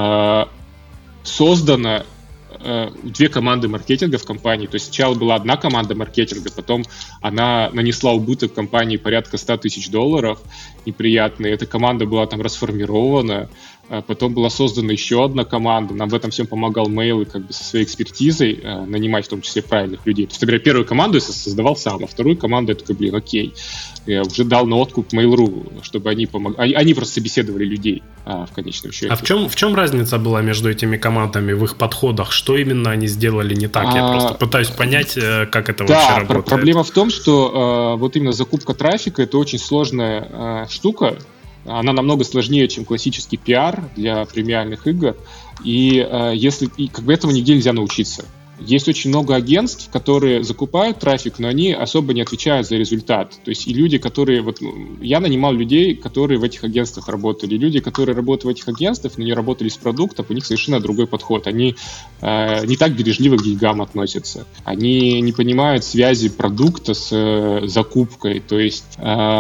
создано 2 команды маркетинга в компании. То есть сначала была одна команда маркетинга, потом она нанесла убыток компании порядка $100 тысяч неприятный. Эта команда была там расформирована. Потом была создана еще одна команда. Нам в этом всем помогал Mail как бы со своей экспертизой нанимать в том числе правильных людей. То есть, например, первую команду я создавал сам, а вторую команду я такой, окей. Я уже дал на откуп Mail.ru, чтобы они помогли. Они просто собеседовали людей в конечном счете. А в чем разница была между этими командами в их подходах? Что именно они сделали не так? Я просто пытаюсь понять, как это вообще работает. Проблема в том, что вот именно закупка трафика — это очень сложная штука. Она намного сложнее, чем классический пиар для премиальных игр. И как бы этого нигде нельзя научиться. Есть очень много агентств, которые закупают трафик, но они особо не отвечают за результат. То есть и люди, которые... я нанимал людей, которые в этих агентствах работали. И люди, которые работают в этих агентствах, но не работали с продуктом, у них совершенно другой подход. Они не так бережливо к деньгам относятся. Они не понимают связи продукта с закупкой. То есть...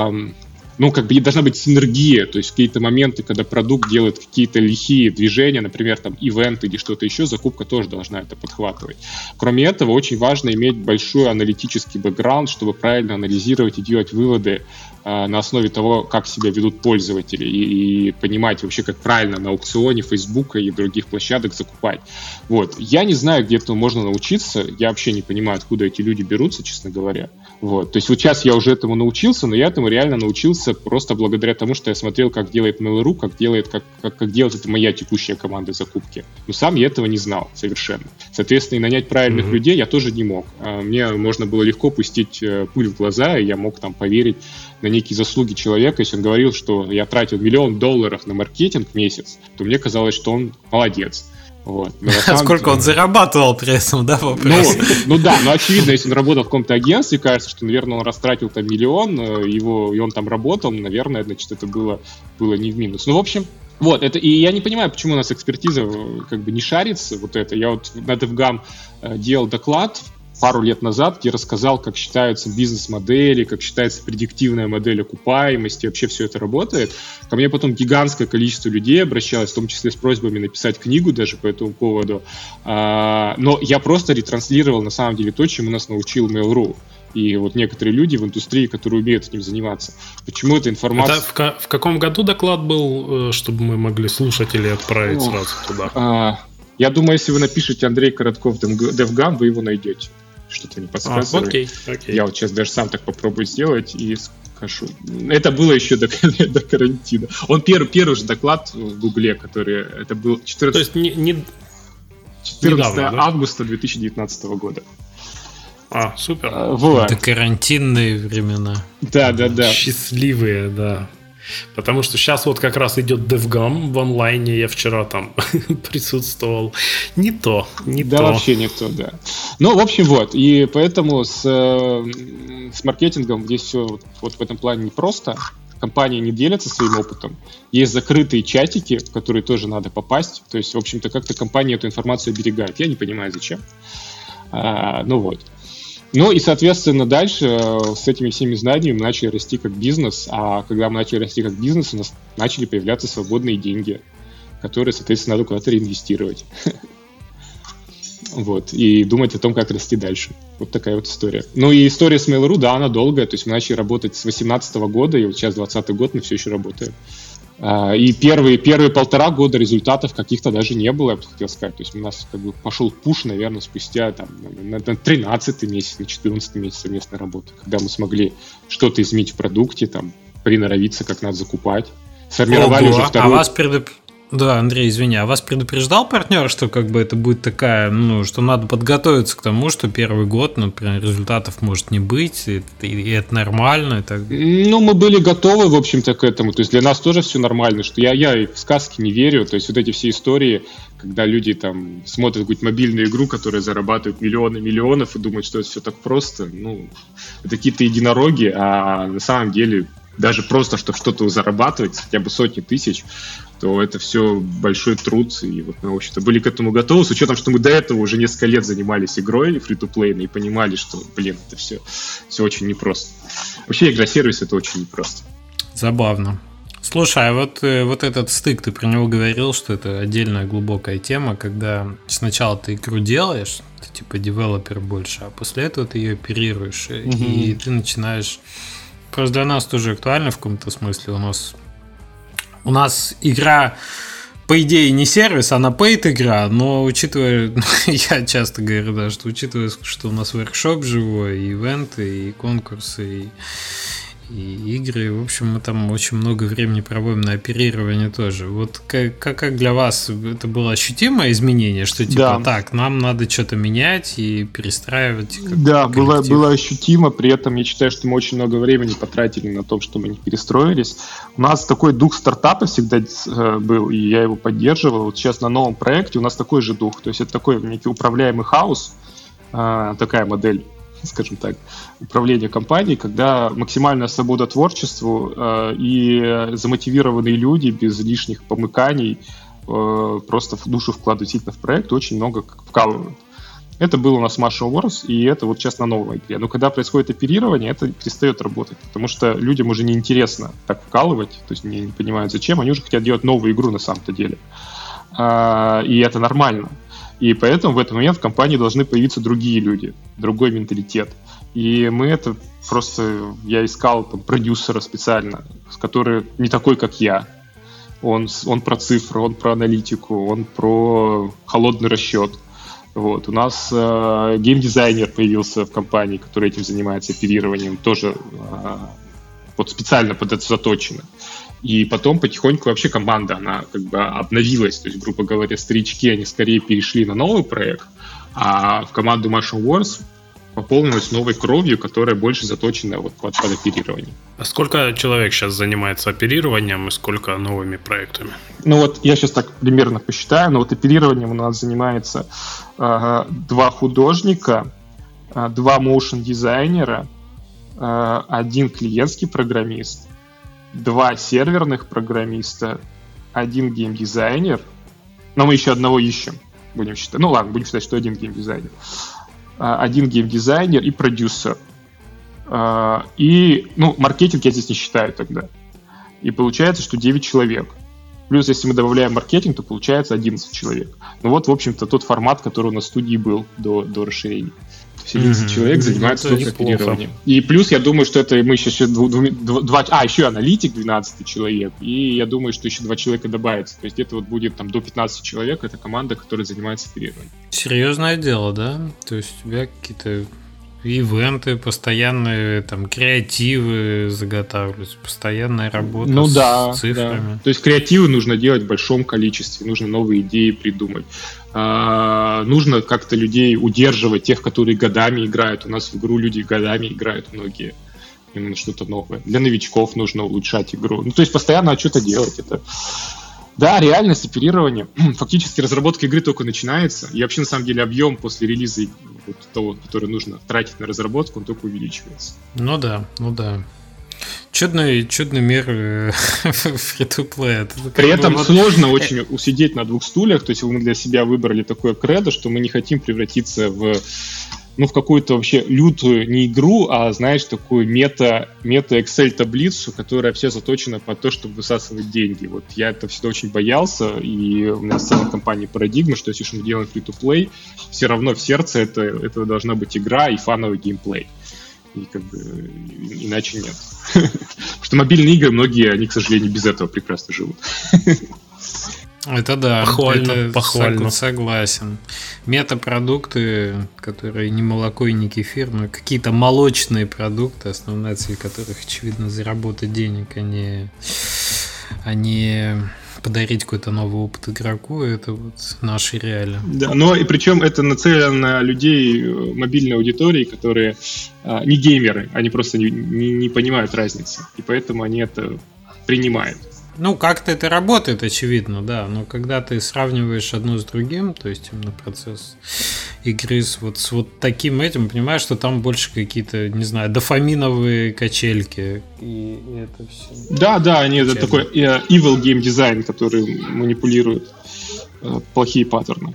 как бы должна быть синергия, то есть какие-то моменты, когда продукт делает какие-то лихие движения, например, там, ивенты или что-то еще, закупка тоже должна это подхватывать. Кроме этого, очень важно иметь большой аналитический бэкграунд, чтобы правильно анализировать и делать выводы на основе того, как себя ведут пользователи, и понимать вообще, как правильно на аукционе Фейсбука и других площадок закупать. Вот. Я не знаю, где этому можно научиться, я вообще не понимаю, откуда эти люди берутся, честно говоря. Вот. То есть вот сейчас я уже этому научился, но я этому реально научился просто благодаря тому, что я смотрел, как делает Mail.ru, как делает это моя текущая команда закупки. Но сам я этого не знал совершенно. Соответственно, и нанять правильных людей я тоже не мог. Мне можно было легко пустить пуль в глаза, и я мог там поверить на некие заслуги человека. Если он говорил, что я тратил $1 миллион на маркетинг в месяц, то мне казалось, что он молодец. Вот. Сколько он зарабатывал при этом, да, вопрос? Но очевидно, если он работал в каком-то агентстве, кажется, что, наверное, он растратил там $1 миллион, и он там работал, наверное, значит, это было не в минус. В общем, вот, это, и я не понимаю, почему у нас экспертиза как бы не шарится, вот это. Я вот на DevGam делал доклад пару лет назад, где рассказал, как считаются бизнес-модели, как считается предиктивная модель окупаемости, вообще все это работает. Ко мне потом гигантское количество людей обращалось, в том числе с просьбами написать книгу даже по этому поводу. Но я просто ретранслировал на самом деле то, чему нас научил Mail.ru. И вот некоторые люди в индустрии, которые умеют этим заниматься. Почему эта информация... Это в каком году доклад был, чтобы мы могли слушателей отправить сразу туда? Я думаю, если вы напишете Андрей Коротков DevGam, вы его найдете. Что-то не подсказывает. Окей. Я вот сейчас даже сам так попробую сделать и скажу. Это было еще до карантина. Он первый же доклад в Гугле, который... Это был 14 недавно, августа 2019 года. Супер. Вот. Это карантинные времена. Да. Счастливые, да. Потому что сейчас вот как раз идет DevGam в онлайне, я вчера там присутствовал. Не то. Да, вообще не то, да. В общем, вот. И поэтому с маркетингом здесь все вот в этом плане непросто. Компании не делятся своим опытом. Есть закрытые чатики, в которые тоже надо попасть. То есть, в общем-то, как-то компания эту информацию оберегает. Я не понимаю, зачем. Вот. И, соответственно, дальше с этими всеми знаниями мы начали расти как бизнес, а когда мы начали расти как бизнес, у нас начали появляться свободные деньги, которые, соответственно, надо куда-то реинвестировать. Вот, и думать о том, как расти дальше. Вот такая вот история. И история с Mail.ru, да, она долгая, то есть мы начали работать с 2018 года, и вот сейчас 2020 год, мы все еще работаем. И первые 1,5 года результатов каких-то даже не было, я бы хотел сказать. То есть у нас как бы пошел пуш, наверное, спустя на 13-й месяц, на 14-й месяц совместной работы, когда мы смогли что-то изменить в продукте, приноровиться, как надо закупать. Сформировали уже вторую... Да, Андрей, извини, а вас предупреждал партнер, что как бы это будет такая, что надо подготовиться к тому, что первый год, например, результатов может не быть, и это нормально? И так... мы были готовы, в общем-то, к этому. То есть для нас тоже все нормально, что я и в сказки не верю. То есть вот эти все истории, когда люди там смотрят какую-то мобильную игру, которая зарабатывает миллионы миллионов и думают, что это все так просто, это какие-то единороги, а на самом деле даже просто, чтобы что-то зарабатывать, хотя бы сотни тысяч, то это все большой труд, и вот мы, в общем-то, были к этому готовы, с учетом, что мы до этого уже несколько лет занимались игрой фри-то-плейной и понимали, что, это все очень непросто. Вообще, игра-сервис — это очень непросто. Забавно. Слушай, а вот этот стык, ты про него говорил, что это отдельная глубокая тема, когда сначала ты игру делаешь, ты типа девелопер больше, а после этого ты ее оперируешь, и ты начинаешь... Просто для нас тоже актуально в каком-то смысле. У нас игра, по идее, не сервис, она paid игра, но учитывая, я часто говорю, да, что учитывая, что у нас воркшоп живой, и ивенты, и конкурсы, и игры. В общем, мы там очень много времени проводим на оперирование тоже. Вот как для вас это было ощутимое изменение, что типа так, нам надо что-то менять и перестраивать? Да, было ощутимо, при этом я считаю, что мы очень много времени потратили на то, что мы не перестроились. У нас такой дух стартапа всегда был, и я его поддерживал. Вот сейчас на новом проекте у нас такой же дух, то есть это такой некий управляемый хаос, такая модель, скажем так, управления компанией, когда максимальная свобода творчеству и замотивированные люди без лишних помыканий просто в душу вкладывают действительно в проект, очень много вкалывают. Это было у нас в Mushroom Wars, и это вот сейчас на новой игре. Но когда происходит оперирование, это перестает работать, потому что людям уже неинтересно так вкалывать, то есть не понимают зачем, они уже хотят делать новую игру на самом-то деле. И это нормально. И поэтому в этот момент в компании должны появиться другие люди, другой менталитет. И мы это просто... Я искал там продюсера специально, который не такой, как я. Он про цифры, он про аналитику, он про холодный расчет. Вот. У нас геймдизайнер появился в компании, который этим занимается, оперированием, тоже вот специально под это заточено. И потом потихоньку вообще команда, она как бы обновилась. То есть, грубо говоря, старички, они скорее перешли на новый проект, а в команду Mushroom Wars пополнилась новой кровью, которая больше заточена вот под оперирование. А сколько человек сейчас занимается оперированием и сколько новыми проектами? Ну вот я сейчас так примерно посчитаю, но вот оперированием у нас занимается 2 художника, 2 моушн-дизайнера, 1 клиентский программист, 2 серверных программиста, 1 геймдизайнер, но мы еще одного ищем, будем считать. Ну ладно, будем считать, что 1 геймдизайнер. 1 геймдизайнер и продюсер. И, маркетинг я здесь не считаю тогда. И получается, что 9 человек. Плюс, если мы добавляем маркетинг, то получается 11 человек. Ну вот, в общем-то, тот формат, который у нас в студии был до расширения. 11 человек занимаются только оперированием. И плюс, я думаю, что это мы сейчас еще аналитик 12 человек, и я думаю, что еще 2 человека добавится. То есть это вот будет там до 15 человек, это команда, которая занимается оперированием. Серьезное дело, да? То есть у тебя какие-то ивенты, постоянные там креативы заготавливаются, постоянная работа с цифрами. Да. То есть креативы нужно делать в большом количестве, нужно новые идеи придумать. Нужно как-то людей удерживать, тех, которые годами играют. У нас в игру люди годами играют многие. Именно что-то новое. Для новичков нужно улучшать игру. Ну, то есть постоянно что-то делать. Это... Да, реальность оперирования. Фактически разработка игры только начинается. И вообще, на самом деле, объем после релиза вот того, который нужно тратить на разработку, он только увеличивается. Ну да. Чудный мир фри-то-плея. При этом сложно очень усидеть на 2 стульях. То есть мы для себя выбрали такое кредо, что мы не хотим превратиться в какую-то вообще лютую не игру, а, знаешь, такую мета-Excel-таблицу, которая вообще заточена под то, чтобы высасывать деньги. Вот я это всегда очень боялся, и у меня целая компания парадигма, что если мы делаем free-to-play, все равно в сердце этого должна быть игра и фановый геймплей. И как бы иначе нет. Потому что мобильные игры, многие, они, к сожалению, без этого прекрасно живут. Это да, похвально. Согласен. Метапродукты, которые не молоко и не кефир, но какие-то молочные продукты, основная цель которых, очевидно, заработать денег, а не подарить какой-то новый опыт игроку, это вот наши реалии. Да, но и причем это нацелено на людей мобильной аудитории, которые не геймеры, они просто не понимают разницы, и поэтому они это принимают. Ну, как-то это работает, очевидно, да, но когда ты сравниваешь одно с другим, то есть именно процесс игры с вот таким этим, понимаешь, что там больше какие-то, не знаю, дофаминовые качельки, и это все. Да, они это такой evil game design, который манипулирует плохие паттерны.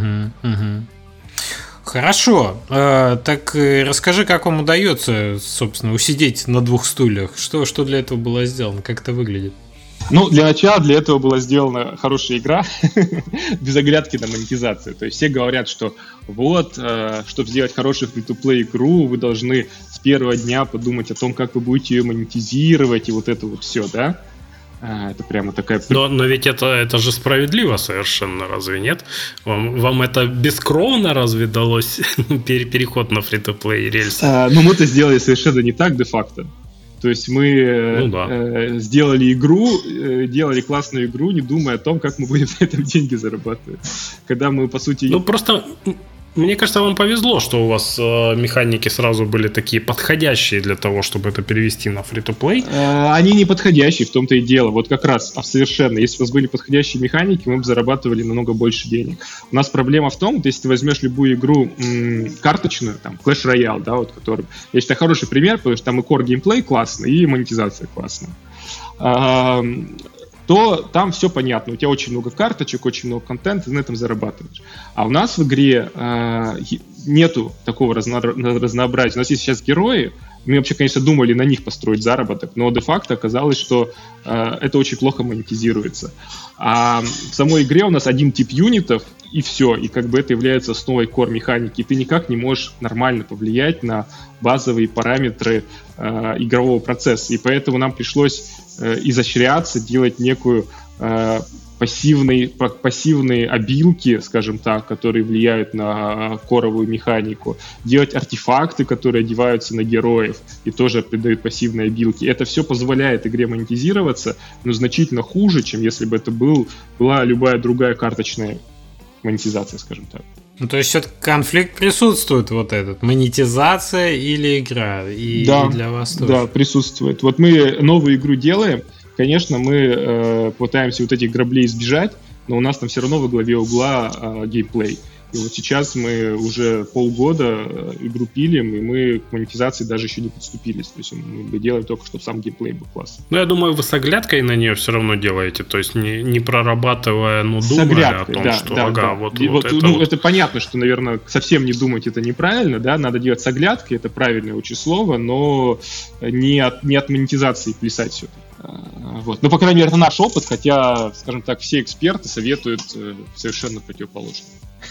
Хорошо, так расскажи, как вам удается, собственно, усидеть на 2 стульях, что для этого было сделано, как это выглядит? Ну, для начала для этого была сделана хорошая игра, без оглядки на монетизацию. То есть все говорят, что вот, чтобы сделать хорошую free-to-play игру, вы должны с первого дня подумать о том, как вы будете ее монетизировать, и вот это вот все, да? Это прямо такая... Но ведь это же справедливо совершенно, разве нет? Вам это бескровно разве далось переход на free-to-play рельсы? Ну, мы это сделали совершенно не так, де-факто. То есть мы сделали игру, делали классную игру, не думая о том, как мы будем на этом деньги зарабатывать. Когда мы, по сути... Ну, просто... Мне кажется, вам повезло, что у вас механики сразу были такие подходящие для того, чтобы это перевести на free-to-play. Они не подходящие, в том-то и дело. Вот как раз совершенно. Если у вас были подходящие механики, мы бы зарабатывали намного больше денег. У нас проблема в том, что если ты возьмешь любую игру карточную, там, Clash Royale, да, вот, который, я считаю, хороший пример, потому что там и core геймплей классный, и монетизация классная. То там все понятно. У тебя очень много карточек, очень много контента, ты на этом зарабатываешь. А у нас в игре нету такого разнообразия. У нас есть сейчас герои, мы вообще, конечно, думали на них построить заработок, но де-факто оказалось, что это очень плохо монетизируется. А в самой игре у нас один тип юнитов, и все. И как бы это является основой core-механики. И ты никак не можешь нормально повлиять на базовые параметры игрового процесса. И поэтому нам пришлось изощряться, делать некую пассивные обилки, скажем так, которые влияют на коровую механику, делать артефакты, которые одеваются на героев и тоже придают пассивные обилки. Это все позволяет игре монетизироваться, но значительно хуже, чем если бы это была любая другая карточная монетизация, скажем так. Ну, то есть все-таки конфликт присутствует, вот этот, монетизация или игра, и для вас тоже. Да, присутствует. Вот мы новую игру делаем, конечно, мы пытаемся вот этих граблей избежать, но у нас там все равно во главе угла геймплей. И вот сейчас мы уже полгода игру пилим, и мы к монетизации даже еще не подступились. То есть мы делаем только, чтобы сам геймплей был классный. Ну, я думаю, вы с оглядкой на нее все равно делаете. То есть не прорабатывая, но думая о том, что это понятно, что, наверное, совсем не думать это неправильно, да, надо делать с оглядкой, это правильное очень слово, но не от монетизации плясать все это. Вот. Ну, по крайней мере, это наш опыт, хотя, скажем так, все эксперты советуют совершенно противоположно.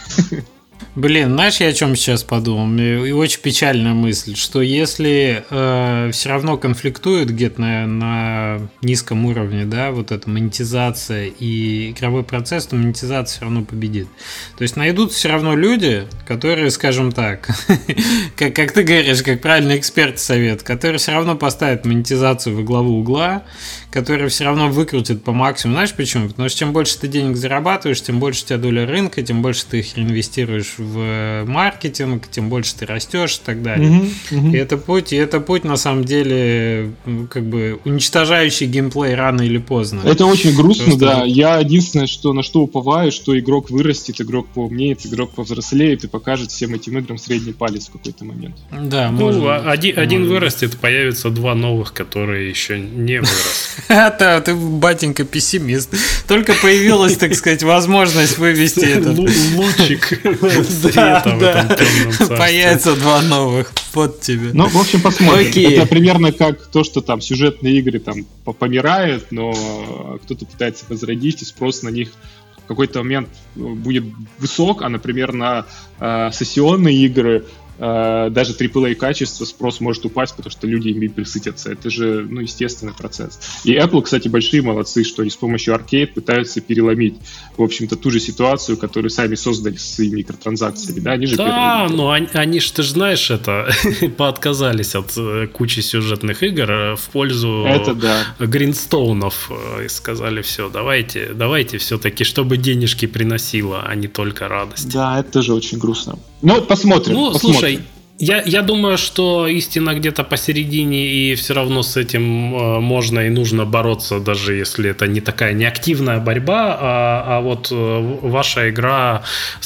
Блин, знаешь, я о чем сейчас подумал? И очень печальная мысль, что если все равно конфликтует где-то на низком уровне, да, вот эта монетизация и игровой процесс, то монетизация все равно победит. То есть найдутся все равно люди, которые, скажем так, как ты говоришь, как правильный эксперт совет, которые все равно поставят монетизацию во главу угла, которые все равно выкрутят по максимуму. Знаешь почему? Потому что чем больше ты денег зарабатываешь, тем больше у тебя доля рынка, тем больше ты их реинвестируешь в маркетинг, тем больше ты растешь и так далее. И это путь на самом деле как бы уничтожающий геймплей рано или поздно. Это очень грустно, да. Я единственное, на что уповаю, что игрок вырастет, игрок поумнеет, игрок повзрослеет и покажет всем этим играм средний палец в какой-то момент. Да, один вырастет, появится два новых, которые еще не выросли. Ты, батенька, пессимист. Только появилась, так сказать, возможность вывести этот лучик света в этом темном царстве. Появится два новых. Вот тебе. Ну, в общем, посмотрим. Это примерно как то, что там сюжетные игры там помирают, но кто-то пытается возродить, и спрос на них в какой-то момент будет высок, а, например, на сессионные игры даже AAA качество спрос может упасть, потому что люди ими присытятся. Это же, естественный процесс. И Apple, кстати, большие молодцы, что они с помощью Arcade пытаются переломить, в общем-то, ту же ситуацию, которую сами создали с своими микротранзакциями. Да, они же но они же, ты же знаешь, это поотказались от кучи сюжетных игр в пользу гринстоунов и сказали, все, давайте все-таки, чтобы денежки приносило, а не только радость. Да, это тоже очень грустно. Ну, посмотрим. Слушай, я думаю, что истина где-то посередине, и все равно с этим можно и нужно бороться, даже если это не такая неактивная борьба, а вот ваша игра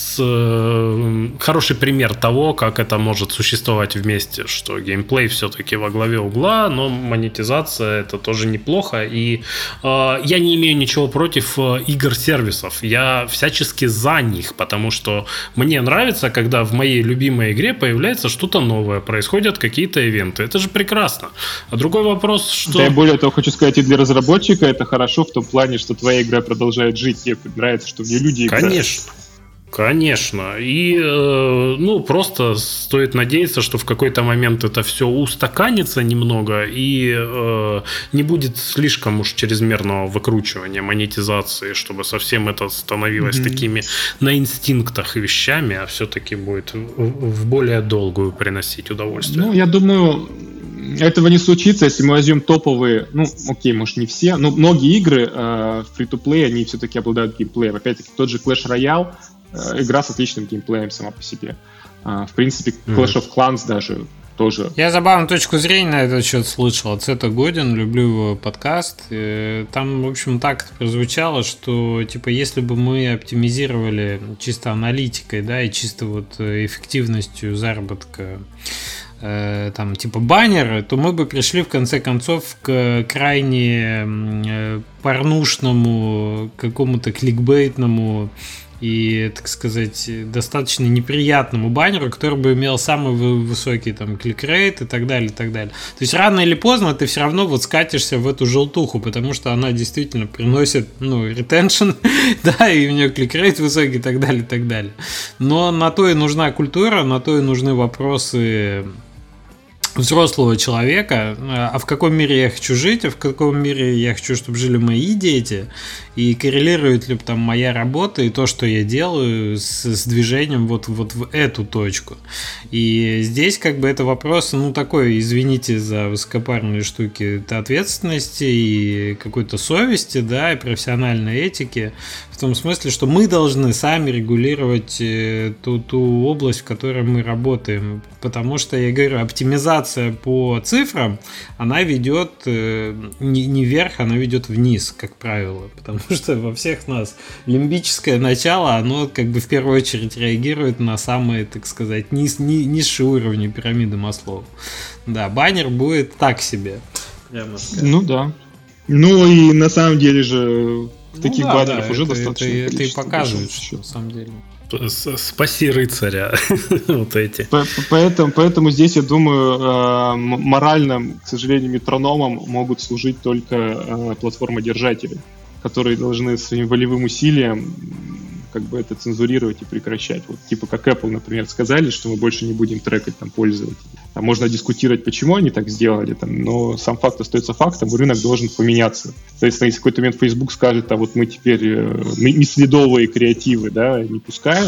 хороший пример того, как это может существовать вместе, что геймплей все-таки во главе угла, но монетизация это тоже неплохо, и я не имею ничего против игр-сервисов, я всячески за них, потому что мне нравится, когда в моей любимой игре появляется что-то новое, происходят какие-то ивенты. Это же прекрасно. А другой вопрос, что... Да, я более того хочу сказать, и для разработчика это хорошо в том плане, что твоя игра продолжает жить. Мне нравится, что в нее люди играют. Конечно. И, просто стоит надеяться, что в какой-то момент это все устаканится немного и не будет слишком уж чрезмерного выкручивания монетизации, чтобы совсем это становилось такими на инстинктах вещами, а все-таки будет в более долгую приносить удовольствие. Ну, я думаю, этого не случится, если мы возьмем топовые, ну, окей, может не все, но многие игры free-to-play, они все-таки обладают геймплеем. Опять-таки, тот же Clash Royale, игра с отличным геймплеем сама по себе. В принципе, Clash of Clans даже тоже. Я забавную точку зрения на этот счет слышал от Сета Годин, люблю его подкаст. Там, в общем, так прозвучало, что, типа, если бы мы оптимизировали чисто аналитикой, да, и чисто вот эффективностью заработка там, типа, баннеры, то мы бы пришли, в конце концов, к крайне порнушному, какому-то кликбейтному и, так сказать, достаточно неприятному баннеру, который бы имел самый высокий там кликрейт и так далее, и так далее. То есть рано или поздно ты все равно вот скатишься в эту желтуху, потому что она действительно приносит, ну, ретеншн, да, и у нее кликрейт высокий и так далее, и так далее. Но на то и нужна культура, на то и нужны вопросы взрослого человека, а в каком мире я хочу жить, а в каком мире я хочу, чтобы жили мои дети, и коррелирует ли там моя работа и то, что я делаю с движением вот в эту точку. И здесь как бы это вопрос, ну, такой, извините за высокопарные штуки, это ответственности и какой-то совести, да, и профессиональной этики, в том смысле, что мы должны сами регулировать ту область, в которой мы работаем, потому что, я говорю, оптимизация по цифрам, она ведет не вверх, она ведет вниз, как правило, потому что во всех нас лимбическое начало, оно как бы в первую очередь реагирует на самые, так сказать, низшие уровни пирамиды Маслоу. Да, баннер будет так себе. Ну да. Ну и на самом деле же таких баннеров уже достаточно. Это и показывает, что на самом деле. Спаси рыцаря. Вот эти. Поэтому здесь, я думаю, моральным, к сожалению, метрономом могут служить только платформодержатели, которые должны своим волевым усилием как бы это цензурировать и прекращать. Вот типа как Apple, например, сказали, что мы больше не будем трекать там пользователей. Там можно дискутировать, почему они так сделали, там, но сам факт остается фактом, и рынок должен поменяться. Соответственно, если в какой-то момент Facebook скажет, а вот мы теперь мислидовые креативы, да, не пускаем,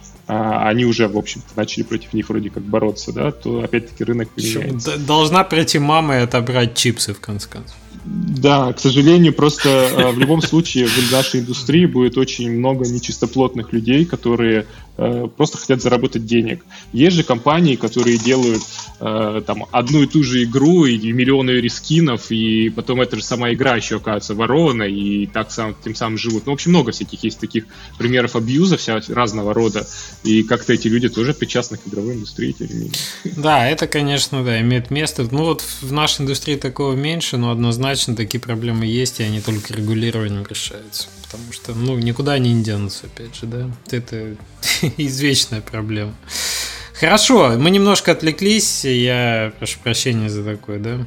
а они уже, в общем-то, начали против них вроде как бороться, да, то опять-таки рынок поменяется. Должна прийти мама и отобрать чипсы, в конце концов. Да, к сожалению, просто в любом случае в нашей индустрии будет очень много нечистоплотных людей, которые просто хотят заработать денег. Есть же компании, которые делают там одну и ту же игру и миллионы рескинов, и потом эта же сама игра еще оказывается ворована, и так тем самым живут. Ну, в общем, много всяких есть таких примеров абьюза разного рода, и как-то эти люди тоже причастны к игровой индустрии, тем не менее. Да, это, конечно, да, имеет место. Ну, вот в нашей индустрии такого меньше, но однозначно такие проблемы есть, и они только регулированием решаются. Потому что, ну, никуда они не денутся, опять же, да. Это извечная проблема. Хорошо, мы немножко отвлеклись, я прошу прощения за такое, да?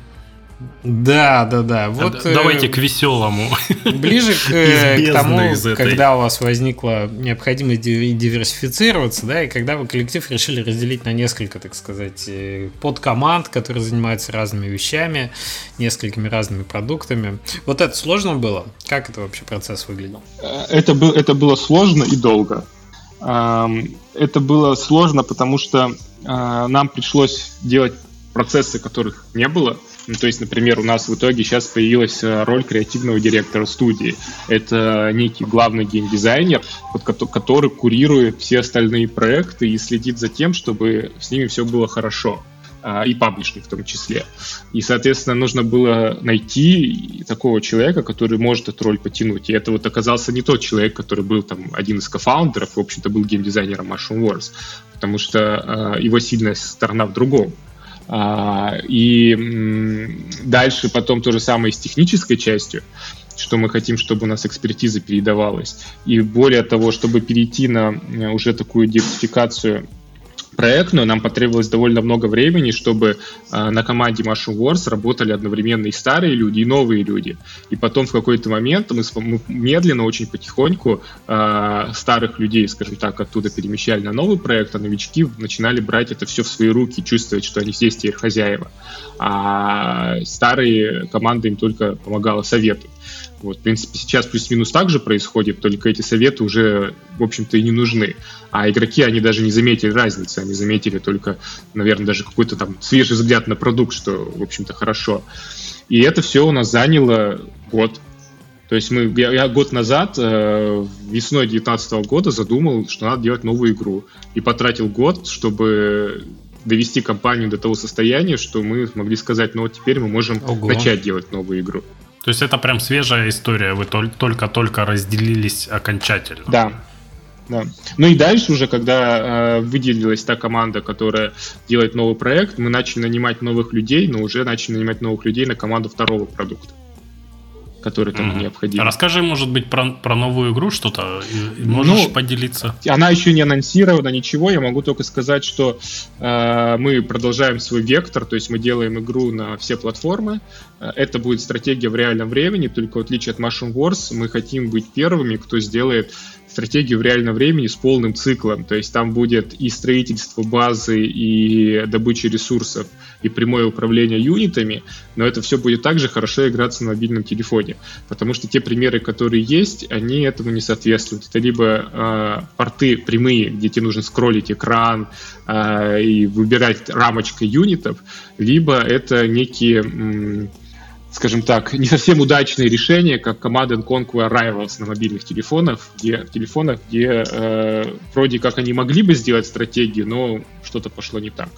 Да. Вот, давайте к веселому. Ближе к тому, когда у вас возникла необходимость диверсифицироваться, да, и когда вы коллектив решили разделить на несколько, так сказать, подкоманд, которые занимаются разными вещами, несколькими разными продуктами. Вот это сложно было? Как это вообще процесс выглядел? Это было сложно и долго. Это было сложно, потому что нам пришлось делать процессы, которых не было. Ну, то есть, например, у нас в итоге сейчас появилась роль креативного директора студии. Это некий главный геймдизайнер, который курирует все остальные проекты и следит за тем, чтобы с ними все было хорошо. И паблишинг в том числе. И, соответственно, нужно было найти такого человека, который может эту роль потянуть. И это вот оказался не тот человек, который был там один из кофаундеров, в общем-то, был геймдизайнером Mushroom Wars, потому что его сильная сторона в другом. И дальше потом то же самое с технической частью, что мы хотим, чтобы у нас экспертиза передавалась. И более того, чтобы перейти на уже такую диверсификацию проектную, нам потребовалось довольно много времени, чтобы на команде Mushroom Wars работали одновременно и старые люди, и новые люди. И потом в какой-то момент мы медленно, очень потихоньку старых людей, скажем так, оттуда перемещали на новый проект, а новички начинали брать это все в свои руки, чувствовать, что они здесь теперь хозяева. А старые команды им только помогала совету. Вот, в принципе, сейчас плюс-минус так же происходит, только эти советы уже, в общем-то, и не нужны. А игроки, они даже не заметили разницы, они заметили только, наверное, даже какой-то там свежий взгляд на продукт, что, в общем-то, хорошо. И это все у нас заняло год. То есть я год назад, весной 2019 года, задумал, что надо делать новую игру. И потратил год, чтобы довести компанию до того состояния, что мы могли сказать, ну вот теперь мы можем начать делать новую игру. То есть это прям свежая история, вы только-только разделились окончательно. Да. Ну и дальше уже, когда выделилась та команда, которая делает новый проект, мы начали нанимать новых людей, но уже начали нанимать новых людей на команду второго продукта, который там необходим. Расскажи, может быть, про новую игру что-то. Можешь поделиться? Она еще не анонсирована, ничего. Я могу только сказать, что мы продолжаем свой вектор, то есть мы делаем игру на все платформы. Это будет стратегия в реальном времени, только в отличие от Mushroom Wars мы хотим быть первыми, кто сделает стратегию в реальном времени с полным циклом. То есть там будет и строительство базы, и добыча ресурсов, и прямое управление юнитами, но это все будет также хорошо играться на мобильном телефоне, потому что те примеры, которые есть, они этому не соответствуют. Это либо порты прямые, где тебе нужно скроллить экран и выбирать рамочкой юнитов, либо это некие, скажем так, не совсем удачные решения, как Command & Conquer Rivals на мобильных телефонах, где вроде как они могли бы сделать стратегию, но что-то пошло не так.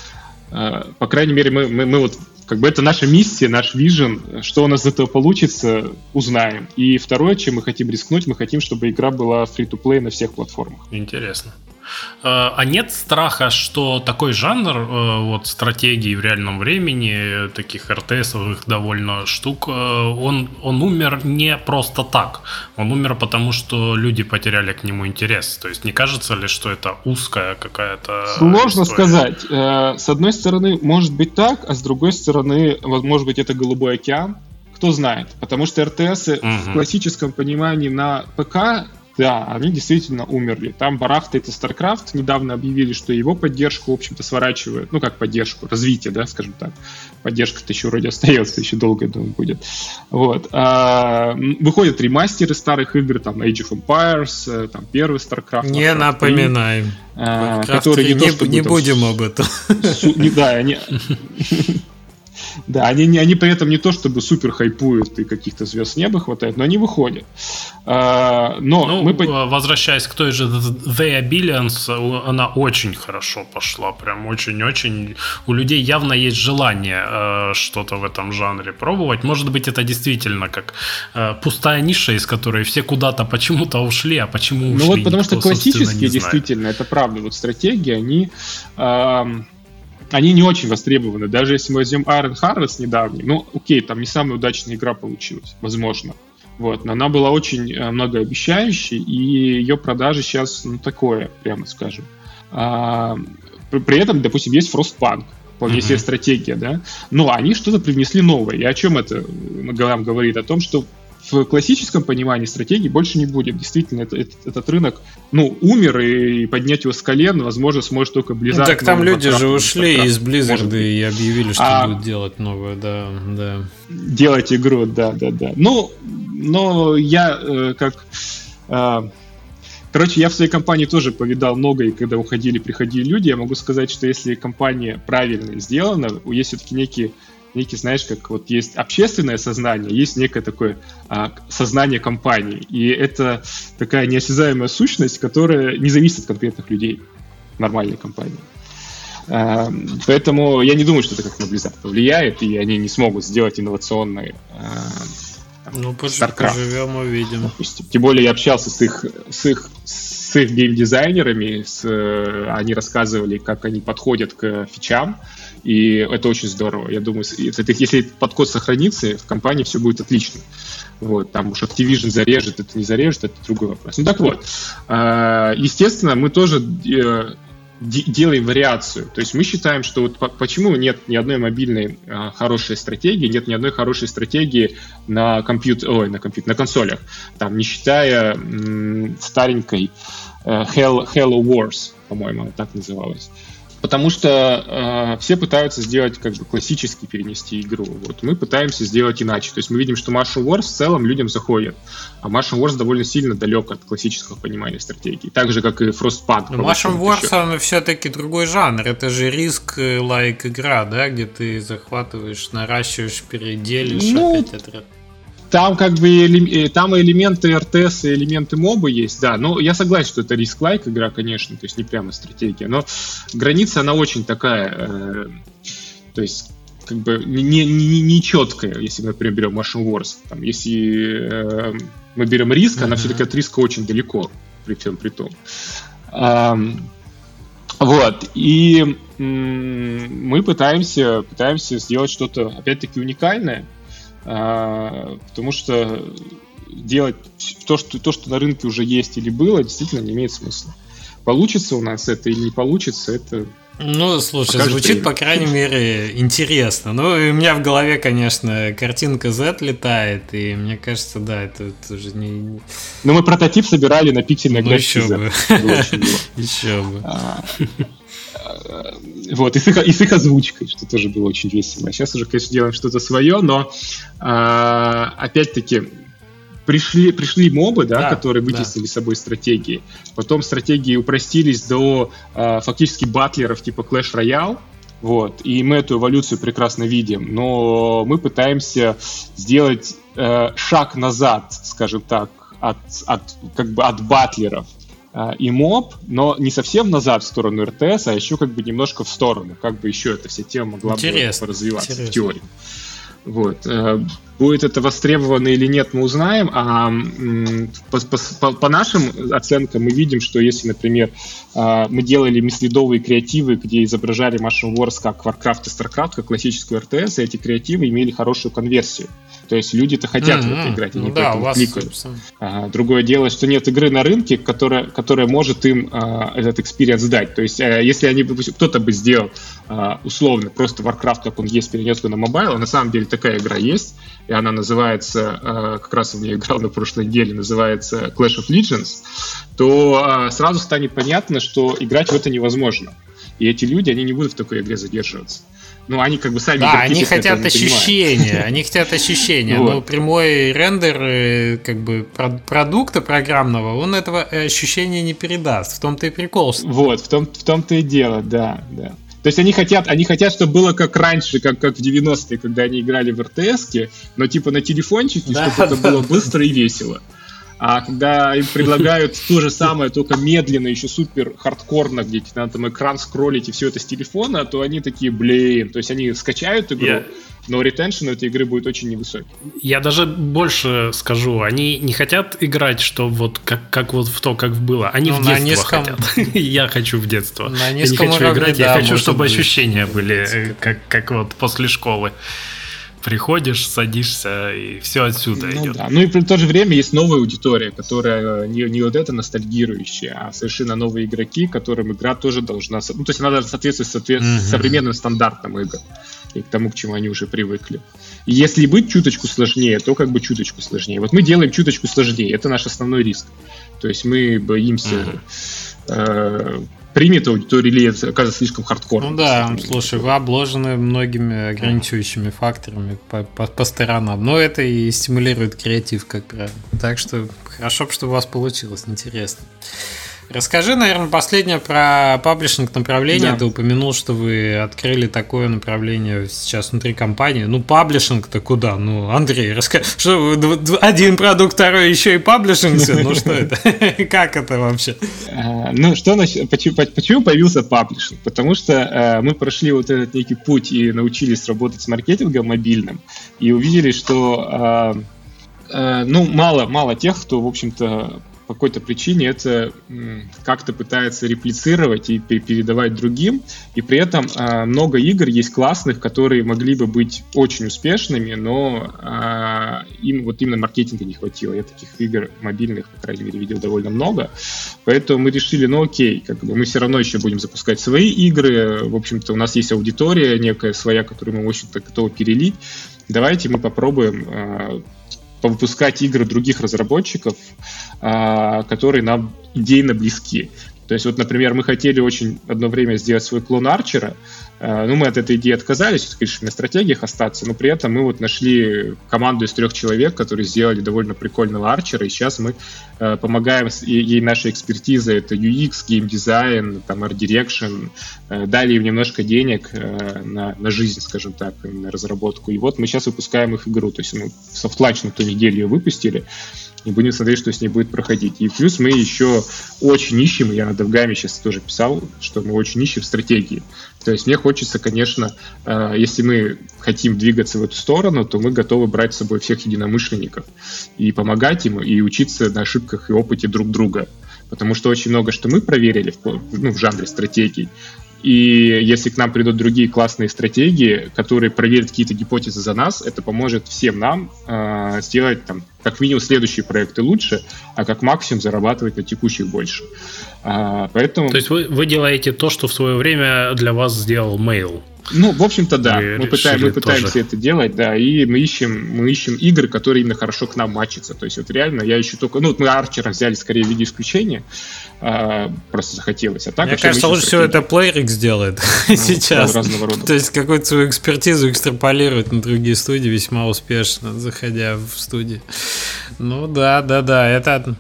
По крайней мере, мы вот, как бы это наша миссия, наш вижен, что у нас из этого получится, узнаем. И второе, чем мы хотим рискнуть, мы хотим, чтобы игра была free-to-play на всех платформах. Интересно. А нет страха, что такой жанр вот стратегии в реальном времени, таких РТСовых довольно штук, он умер не просто так. Он умер потому, что люди потеряли к нему интерес. То есть не кажется ли, что это узкая какая-то Сложно история? сказать. С одной стороны, может быть так, а с другой стороны, может быть, это голубой океан. Кто знает. Потому что РТСы в классическом понимании на ПК, да, они действительно умерли. Там барахтает и StarCraft. Недавно объявили, что его поддержку, в общем-то, сворачивают. Ну, как поддержку, развитие, да, скажем так. Поддержка-то еще вроде остается, еще долго, я думаю, будет. Вот. Выходят ремастеры старых игр, там, Age of Empires, там, первый StarCraft. Не напоминаем. Которые не будем об этом. Да, они... Да, они при этом не то чтобы супер хайпуют и каких-то звезд неба хватает, но они выходят. Возвращаясь к той же The Billions, она очень хорошо пошла, прям очень-очень. У людей явно есть желание что-то в этом жанре пробовать. Может быть, это действительно как пустая ниша, из которой все куда-то почему-то ушли, а почему ушли? Ну вот потому что классические, действительно, это правда, вот стратегии, они не очень востребованы. Даже если мы возьмем Iron Harvest недавний, ну, окей, там не самая удачная игра получилась, возможно. Вот, но она была очень многообещающей, и ее продажи сейчас, ну, такое, прямо скажем. При этом, допустим, есть Frostpunk, вполне себе стратегия, да, но они что-то привнесли новое. И о чем это нам говорит? О том, что в классическом понимании стратегии больше не будет. Действительно, этот рынок, ну, умер, и поднять его с колен, возможно, сможет только Blizzard. Ну, так там люди же ушли из Blizzard и объявили, что будут делать новое, да. Делать игру, да. Ну, но я Короче, я в своей компании тоже повидал много, и когда приходили люди, я могу сказать, что если компания правильно сделана, есть все-таки некий, знаешь, как вот есть общественное сознание, есть некое такое сознание компании. И это такая неосязаемая сущность, которая не зависит от конкретных людей в нормальной компании. Поэтому я не думаю, что это как на Blizzard повлияет, и они не смогут сделать инновационные StarCraft. Поживем, увидим. Допустим. Тем более я общался с их геймдизайнерами, они рассказывали, как они подходят к фичам, и это очень здорово. Я думаю, если подкод сохранится, в компании все будет отлично. Вот, там уж Activision зарежет, это не зарежет, это другой вопрос. Ну так вот, естественно, мы тоже делаем вариацию. То есть мы считаем, что вот почему нет ни одной мобильной хорошей стратегии, нет ни одной хорошей стратегии на консолях, там, не считая старенькой Halo Wars, по-моему, она так называлась. Потому что все пытаются сделать как бы классически перенести игру. Вот. Мы пытаемся сделать иначе. То есть мы видим, что Mushroom Wars в целом людям заходит. А Mushroom Wars довольно сильно далек от классического понимания стратегии. Так же, как и Frostpunk. Но Mushroom Wars, он все-таки другой жанр. Это же риск-лайк игра, да, где ты захватываешь, наращиваешь, переделишь, опять это. Там как бы там элементы РТС и элементы моба есть, да. Но я согласен, что это риск-лайк игра, конечно, то есть не прямо стратегия. Но граница, она очень такая, то есть как бы не четкая, если мы, например, берем Mushroom Wars. Там, если мы берем риск, она все-таки от риска очень далеко, при всем при том. Вот, и мы пытаемся сделать что-то, опять-таки, уникальное, потому что делать то, что на рынке уже есть или было, действительно не имеет смысла. Получится у нас это или не получится, это... Ну, слушай, звучит, по крайней мере, интересно. Ну, и у меня в голове, конечно, картинка Z летает, и мне кажется, да, это уже не... Ну, мы прототип собирали на пиксельной графике Z. Еще бы. Вот, и с их озвучкой, что тоже было очень весело. Сейчас уже, конечно, делаем что-то свое, но опять-таки пришли мобы, да, которые вытеснили с собой стратегии. Потом стратегии упростились до фактически батлеров типа Clash Royale. Вот, и мы эту эволюцию прекрасно видим. Но мы пытаемся сделать шаг назад, скажем так, от батлеров и моб, но не совсем назад в сторону РТС, а еще как бы немножко в сторону, как бы еще эта вся тема могла бы развиваться в теории. Вот. Будет это востребовано или нет, мы узнаем, а по нашим оценкам мы видим, что если, например, мы делали мислидовые креативы, где изображали Mushroom Wars как Warcraft и StarCraft, как классическую РТС, и эти креативы имели хорошую конверсию. То есть люди-то хотят в это играть, они поэтому кликают. Другое дело, что нет игры на рынке, которая может им этот экспириенс дать. То есть если они, кто-то бы сделал условно просто Warcraft, как он есть, перенес его на мобайл, а на самом деле такая игра есть, и она называется, как раз в нее играл на прошлой неделе, называется Clash of Legends, то сразу станет понятно, что играть в это невозможно. И эти люди, они не будут в такой игре задерживаться. Ну, они как бы сами... Да, они хотят ощущения, они хотят ощущения. Вот. Но прямой рендер как бы продукта программного, он этого ощущения не передаст. В том-то и прикол. Вот, в том-то и дело, да. То есть они хотят, чтобы было как раньше, как в 90-е, когда они играли в РТС-ки, но типа на телефончике, чтобы это было быстро и весело. А когда им предлагают то же самое, только медленно, еще супер хардкорно, где надо там экран скроллить и все это с телефона, то они такие, то есть они скачают игру, но ретеншн у этой игры будет очень невысокий. Я даже больше скажу, они не хотят играть, что вот как вот в то, как было. Они в детство хотят. Я хочу в детство. Я не хочу играть, я хочу, чтобы ощущения были, как вот после школы. Приходишь, садишься, и все отсюда идет. Да. Ну и в то же время есть новая аудитория, которая не вот это ностальгирующая, а совершенно новые игроки, которым игра тоже должна... Ну, то есть она должна соответствовать современным стандартам игр и к тому, к чему они уже привыкли. И если быть чуточку сложнее, то как бы чуточку сложнее. Вот мы делаем чуточку сложнее, это наш основной риск. То есть мы боимся... примет аудитория или оказывается слишком хардкорно. Ну да, слушай, вы обложены многими ограничивающими факторами по сторонам, но это и стимулирует креатив, как правило. Так что хорошо, что у вас получилось, интересно. Расскажи, наверное, последнее про паблишинг направление. Да. Ты упомянул, что вы открыли такое направление сейчас внутри компании. Ну, паблишинг-то куда? Ну, Андрей, расскажи, что один продукт, второй еще и паблишинг все? Ну, что это? Как это вообще? Ну, почему появился паблишинг? Потому что мы прошли вот этот некий путь и научились работать с маркетингом мобильным и увидели, что мало тех, кто, в общем-то, по какой-то причине это как-то пытается реплицировать и передавать другим, и при этом много игр есть классных, которые могли бы быть очень успешными, но им вот именно маркетинга не хватило. Я таких игр мобильных, по крайней мере, видел довольно много, поэтому мы решили, окей, как бы мы все равно еще будем запускать свои игры, в общем-то у нас есть аудитория некая своя, которую мы, в общем-то, готовы перелить, давайте мы попробуем выпускать игры других разработчиков, которые нам идейно близки. То То есть, вот, например, мы хотели очень одно время сделать свой клон Арчера, мы от этой идеи отказались, конечно, на стратегиях остаться, но при этом мы вот нашли команду из 3 человек, которые сделали довольно прикольного Арчера, и сейчас мы помогаем, ей наша экспертиза, это UX, геймдизайн, там, Art Direction, дали им немножко денег на жизнь, скажем так, на разработку, и вот мы сейчас выпускаем их игру, то есть мы в софт-ланч на ту неделю ее выпустили, и будем смотреть, что с ней будет проходить. И плюс мы еще очень ищем, я на DevGAM сейчас тоже писал, что мы очень ищем стратегии. То есть мне хочется, конечно, если мы хотим двигаться в эту сторону, то мы готовы брать с собой всех единомышленников и помогать им, и учиться на ошибках и опыте друг друга. Потому что очень много, что мы проверили в жанре стратегий, и если к нам придут другие классные стратегии, которые проверят какие-то гипотезы за нас, это поможет всем нам сделать там, как минимум следующие проекты лучше, а как максимум зарабатывать на текущих больше. Поэтому... То есть вы делаете то, что в свое время для вас сделал Mail? В общем-то, да. Мы пытаемся это делать, да, и мы ищем игры, которые именно хорошо к нам матчатся. То есть вот реально я ищу только... мы Арчера взяли скорее в виде исключения, просто захотелось. А так, мне кажется, лучше всего это PlayRix делает сейчас. Разного рода. То есть какую-то свою экспертизу экстраполирует на другие студии весьма успешно, заходя в студии. Да, это...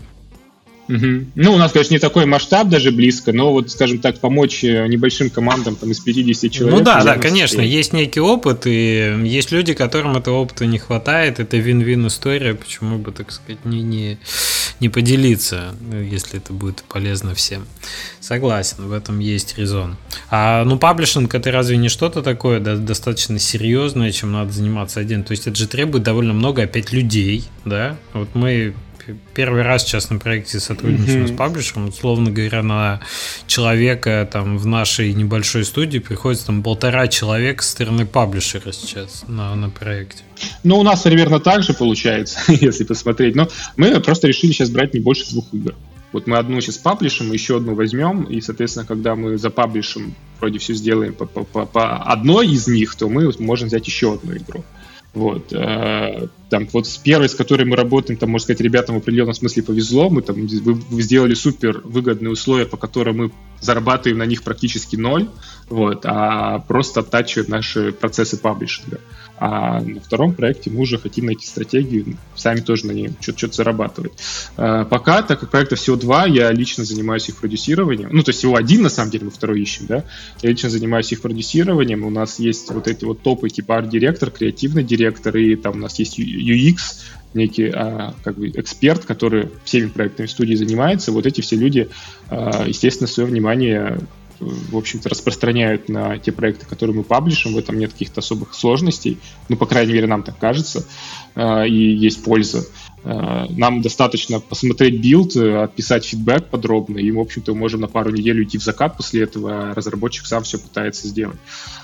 У нас, конечно, не такой масштаб даже близко, но вот, скажем так, помочь небольшим командам там, из 50 человек. Да, конечно, есть некий опыт, и есть люди, которым этого опыта не хватает, это вин-вин история, почему бы, так сказать, не поделиться, если это будет полезно всем. Согласен, в этом есть резон. Паблишинг это разве не что-то такое достаточно серьезное, чем надо заниматься один? То есть это же требует довольно много опять людей, да? Вот мы первый раз сейчас на проекте сотрудничаем с паблишером, условно говоря, на человека там в нашей небольшой студии приходится там 1,5 человека со стороны паблишера сейчас на проекте. У нас примерно так же получается, если посмотреть. Но мы просто решили сейчас брать не больше 2 игр. Вот мы одну сейчас паблишим, еще одну возьмем, и, соответственно, когда мы запаблишим, вроде все сделаем по одной из них, то мы можем взять еще одну игру. Вот. Там, вот с первой, с которой мы работаем, там, можно сказать, ребятам в определенном смысле повезло. Мы там вы сделали супер выгодные условия, по которым мы зарабатываем на них практически 0, вот, а просто оттачиваем наши процессы паблишинга. А на втором проекте мы уже хотим найти стратегию, сами тоже на ней что-то зарабатывать. Пока, так как проектов всего 2, я лично занимаюсь их продюсированием. То есть всего 1, на самом деле, мы второй ищем, да. Я лично занимаюсь их продюсированием. У нас есть вот эти вот топы типа арт-директор, креативный директор, и там у нас есть UX, некий эксперт, который всеми проектами студии занимается. Вот эти все люди, естественно, свое внимание, в общем-то, распространяют на те проекты, которые мы паблишим. В этом нет каких-то особых сложностей. По крайней мере, нам так кажется. И есть польза. Нам достаточно посмотреть билд, отписать фидбэк подробно, и, в общем-то, мы можем на пару недель уйти в закат после этого, а разработчик сам все пытается сделать.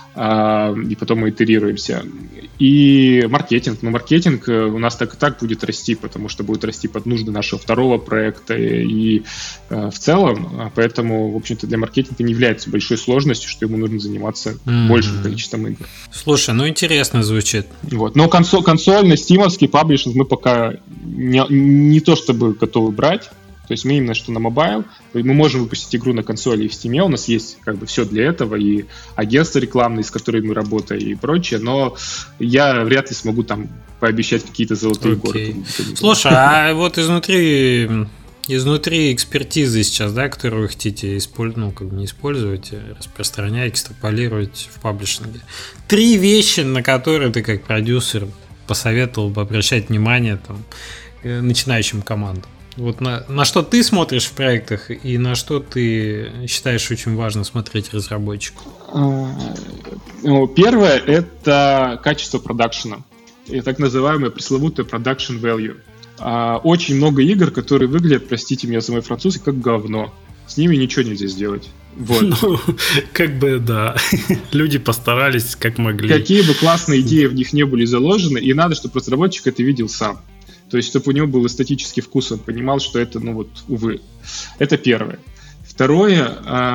И потом мы итерируемся. И маркетинг. Маркетинг у нас так и так будет расти, потому что будет расти под нужды нашего второго проекта и в целом. Поэтому, в общем-то, для маркетинга не является большой сложностью, что ему нужно заниматься большим количеством игр. Слушай, интересно звучит. Вот. Но консольный, стимовский паблишинг мы пока не то чтобы готовы брать. То есть мы именно что на мобайл, мы можем выпустить игру на консоли и в Steam, у нас есть все для этого, и агентство рекламное, с которыми мы работаем, и прочее, но я вряд ли смогу там пообещать какие-то золотые горы. Слушай, а вот изнутри экспертизы сейчас, да, которую вы хотите не использовать, распространять, экстраполировать в паблишинге. 3 вещи, на которые ты как продюсер посоветовал бы обращать внимание начинающим командам. Вот на что ты смотришь в проектах и на что ты считаешь очень важно смотреть разработчику? Первое – это качество продакшена. И так называемое пресловутое production value. Очень много игр, которые выглядят, простите меня за мой французский, как говно. С ними ничего нельзя сделать. Вот. Да. Люди постарались как могли. Какие бы классные идеи в них не были заложены, и надо, чтобы разработчик это видел сам. То есть, чтобы у него был эстетический вкус, он понимал, что это, увы. Это первое. Второе,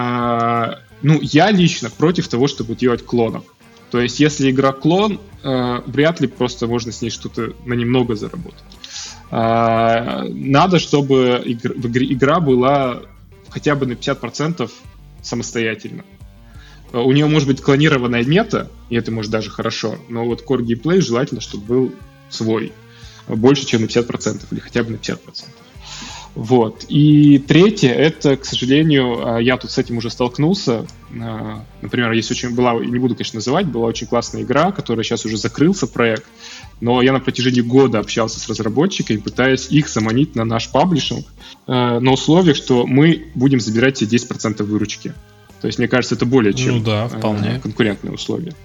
я лично против того, чтобы делать клонов. То есть, если игра клон, вряд ли просто можно с ней что-то на немного заработать. Надо, чтобы игра была хотя бы на 50% самостоятельно. У нее может быть клонированная мета, и это может даже хорошо, но вот core геймплей желательно, чтобы был свой. Больше, чем на 50%, или хотя бы на 50%. Вот. И третье, это, к сожалению, я тут с этим уже столкнулся. Например, не буду, конечно, называть, была очень классная игра, которая сейчас уже закрылся проект, но я на протяжении года общался с разработчиками, пытаясь их заманить на наш паблишинг на условиях, что мы будем забирать себе 10% выручки. То есть, мне кажется, это более чем вполне конкурентные условия.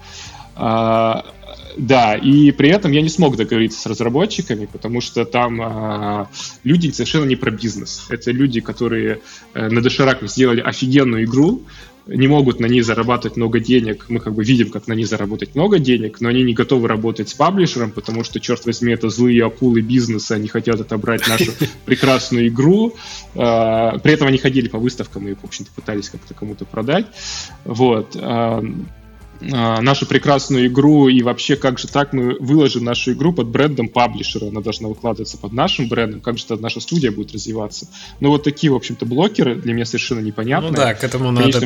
Да, и при этом я не смог договориться с разработчиками, потому что там люди совершенно не про бизнес. Это люди, которые на доширак сделали офигенную игру, не могут на ней зарабатывать много денег. Мы как бы видим, как на ней заработать много денег, но они не готовы работать с паблишером, потому что, черт возьми, это злые акулы бизнеса, они хотят отобрать нашу прекрасную игру. При этом они ходили по выставкам и, в общем-то, пытались как-то кому-то продать. Вот. Нашу прекрасную игру, и вообще, как же так мы выложим нашу игру под брендом паблишера, она должна выкладываться под нашим брендом, как же наша студия будет развиваться. Ну, вот такие, в общем-то, блокеры для меня совершенно непонятные. Ну да, к этому надо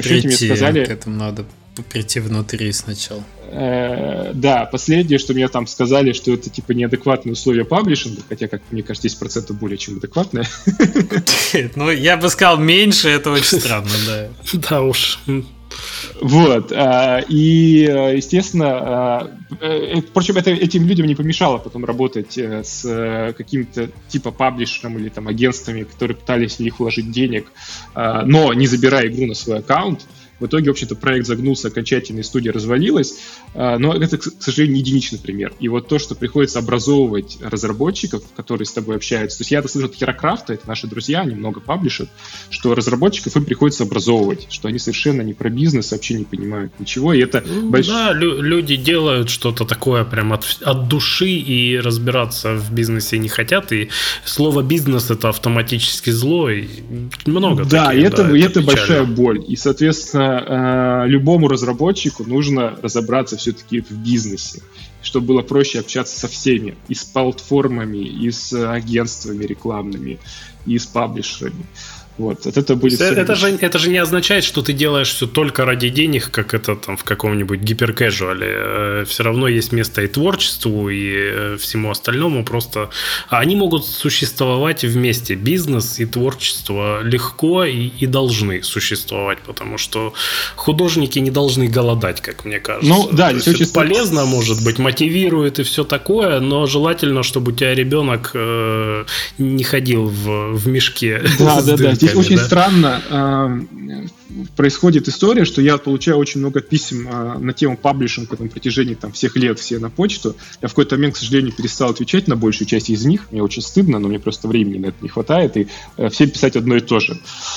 прийти внутри сначала. Да, последнее, что мне там сказали, что это типа неадекватные условия паблишинга, хотя, как мне кажется, 10% более чем адекватные. Ну, я бы сказал, меньше, это очень странно, да. Да уж. Вот, и, естественно, впрочем, это этим людям не помешало потом работать с каким-то типа паблишером или там агентствами, которые пытались в них вложить денег, но не забирая игру на свой аккаунт. В итоге, в общем-то, проект загнулся окончательно, и студия развалилась, но это, к сожалению, не единичный пример. И вот то, что приходится образовывать разработчиков, которые с тобой общаются, то есть я-то слышу от Херокрафта, это наши друзья, они много паблишат, что разработчиков им приходится образовывать, что они совершенно не про бизнес, вообще не понимают ничего, и это Да, люди делают что-то такое прям от души и разбираться в бизнесе не хотят, и слово «бизнес» — это автоматически зло, и много да, таких. И это большая боль, и, соответственно, любому разработчику нужно разобраться все-таки в бизнесе, чтобы было проще общаться со всеми, и с платформами, и с агентствами рекламными, и с паблишерами. Вот, это будет это же не означает, что ты делаешь все только ради денег, как это там в каком-нибудь гиперкэжуале. Все равно есть место и творчеству, и всему остальному. Просто они могут существовать вместе. Бизнес и творчество легко и должны существовать, потому что художники не должны голодать, как мне кажется. Ну, да, здесь очень полезно, может быть, мотивирует и все такое, но желательно, чтобы у тебя ребенок не ходил в мешке. Да. Здесь очень странно происходит история, что я получаю очень много писем на тему паблишинга на протяжении всех лет, все на почту. Я в какой-то момент, к сожалению, перестал отвечать на большую часть из них. Мне очень стыдно, но мне просто времени на это не хватает, и всем писать одно и то же.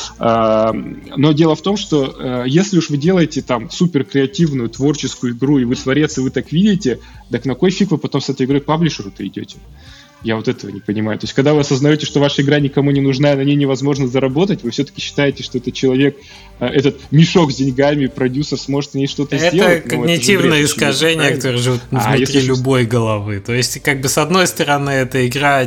Но дело в том, что если уж вы делаете супер креативную, творческую игру, и вы творец, и вы так видите, так на кой фиг вы потом с этой игрой к паблишеру-то идете? Я вот этого не понимаю. То есть, когда вы осознаете, что ваша игра никому не нужна, и на ней невозможно заработать, вы все-таки считаете, что этот человек, этот мешок с деньгами, продюсер сможет с ней что-то сделать. Это когнитивное искажение, которое живет внутри любой головы. То есть, с одной стороны, эта игра,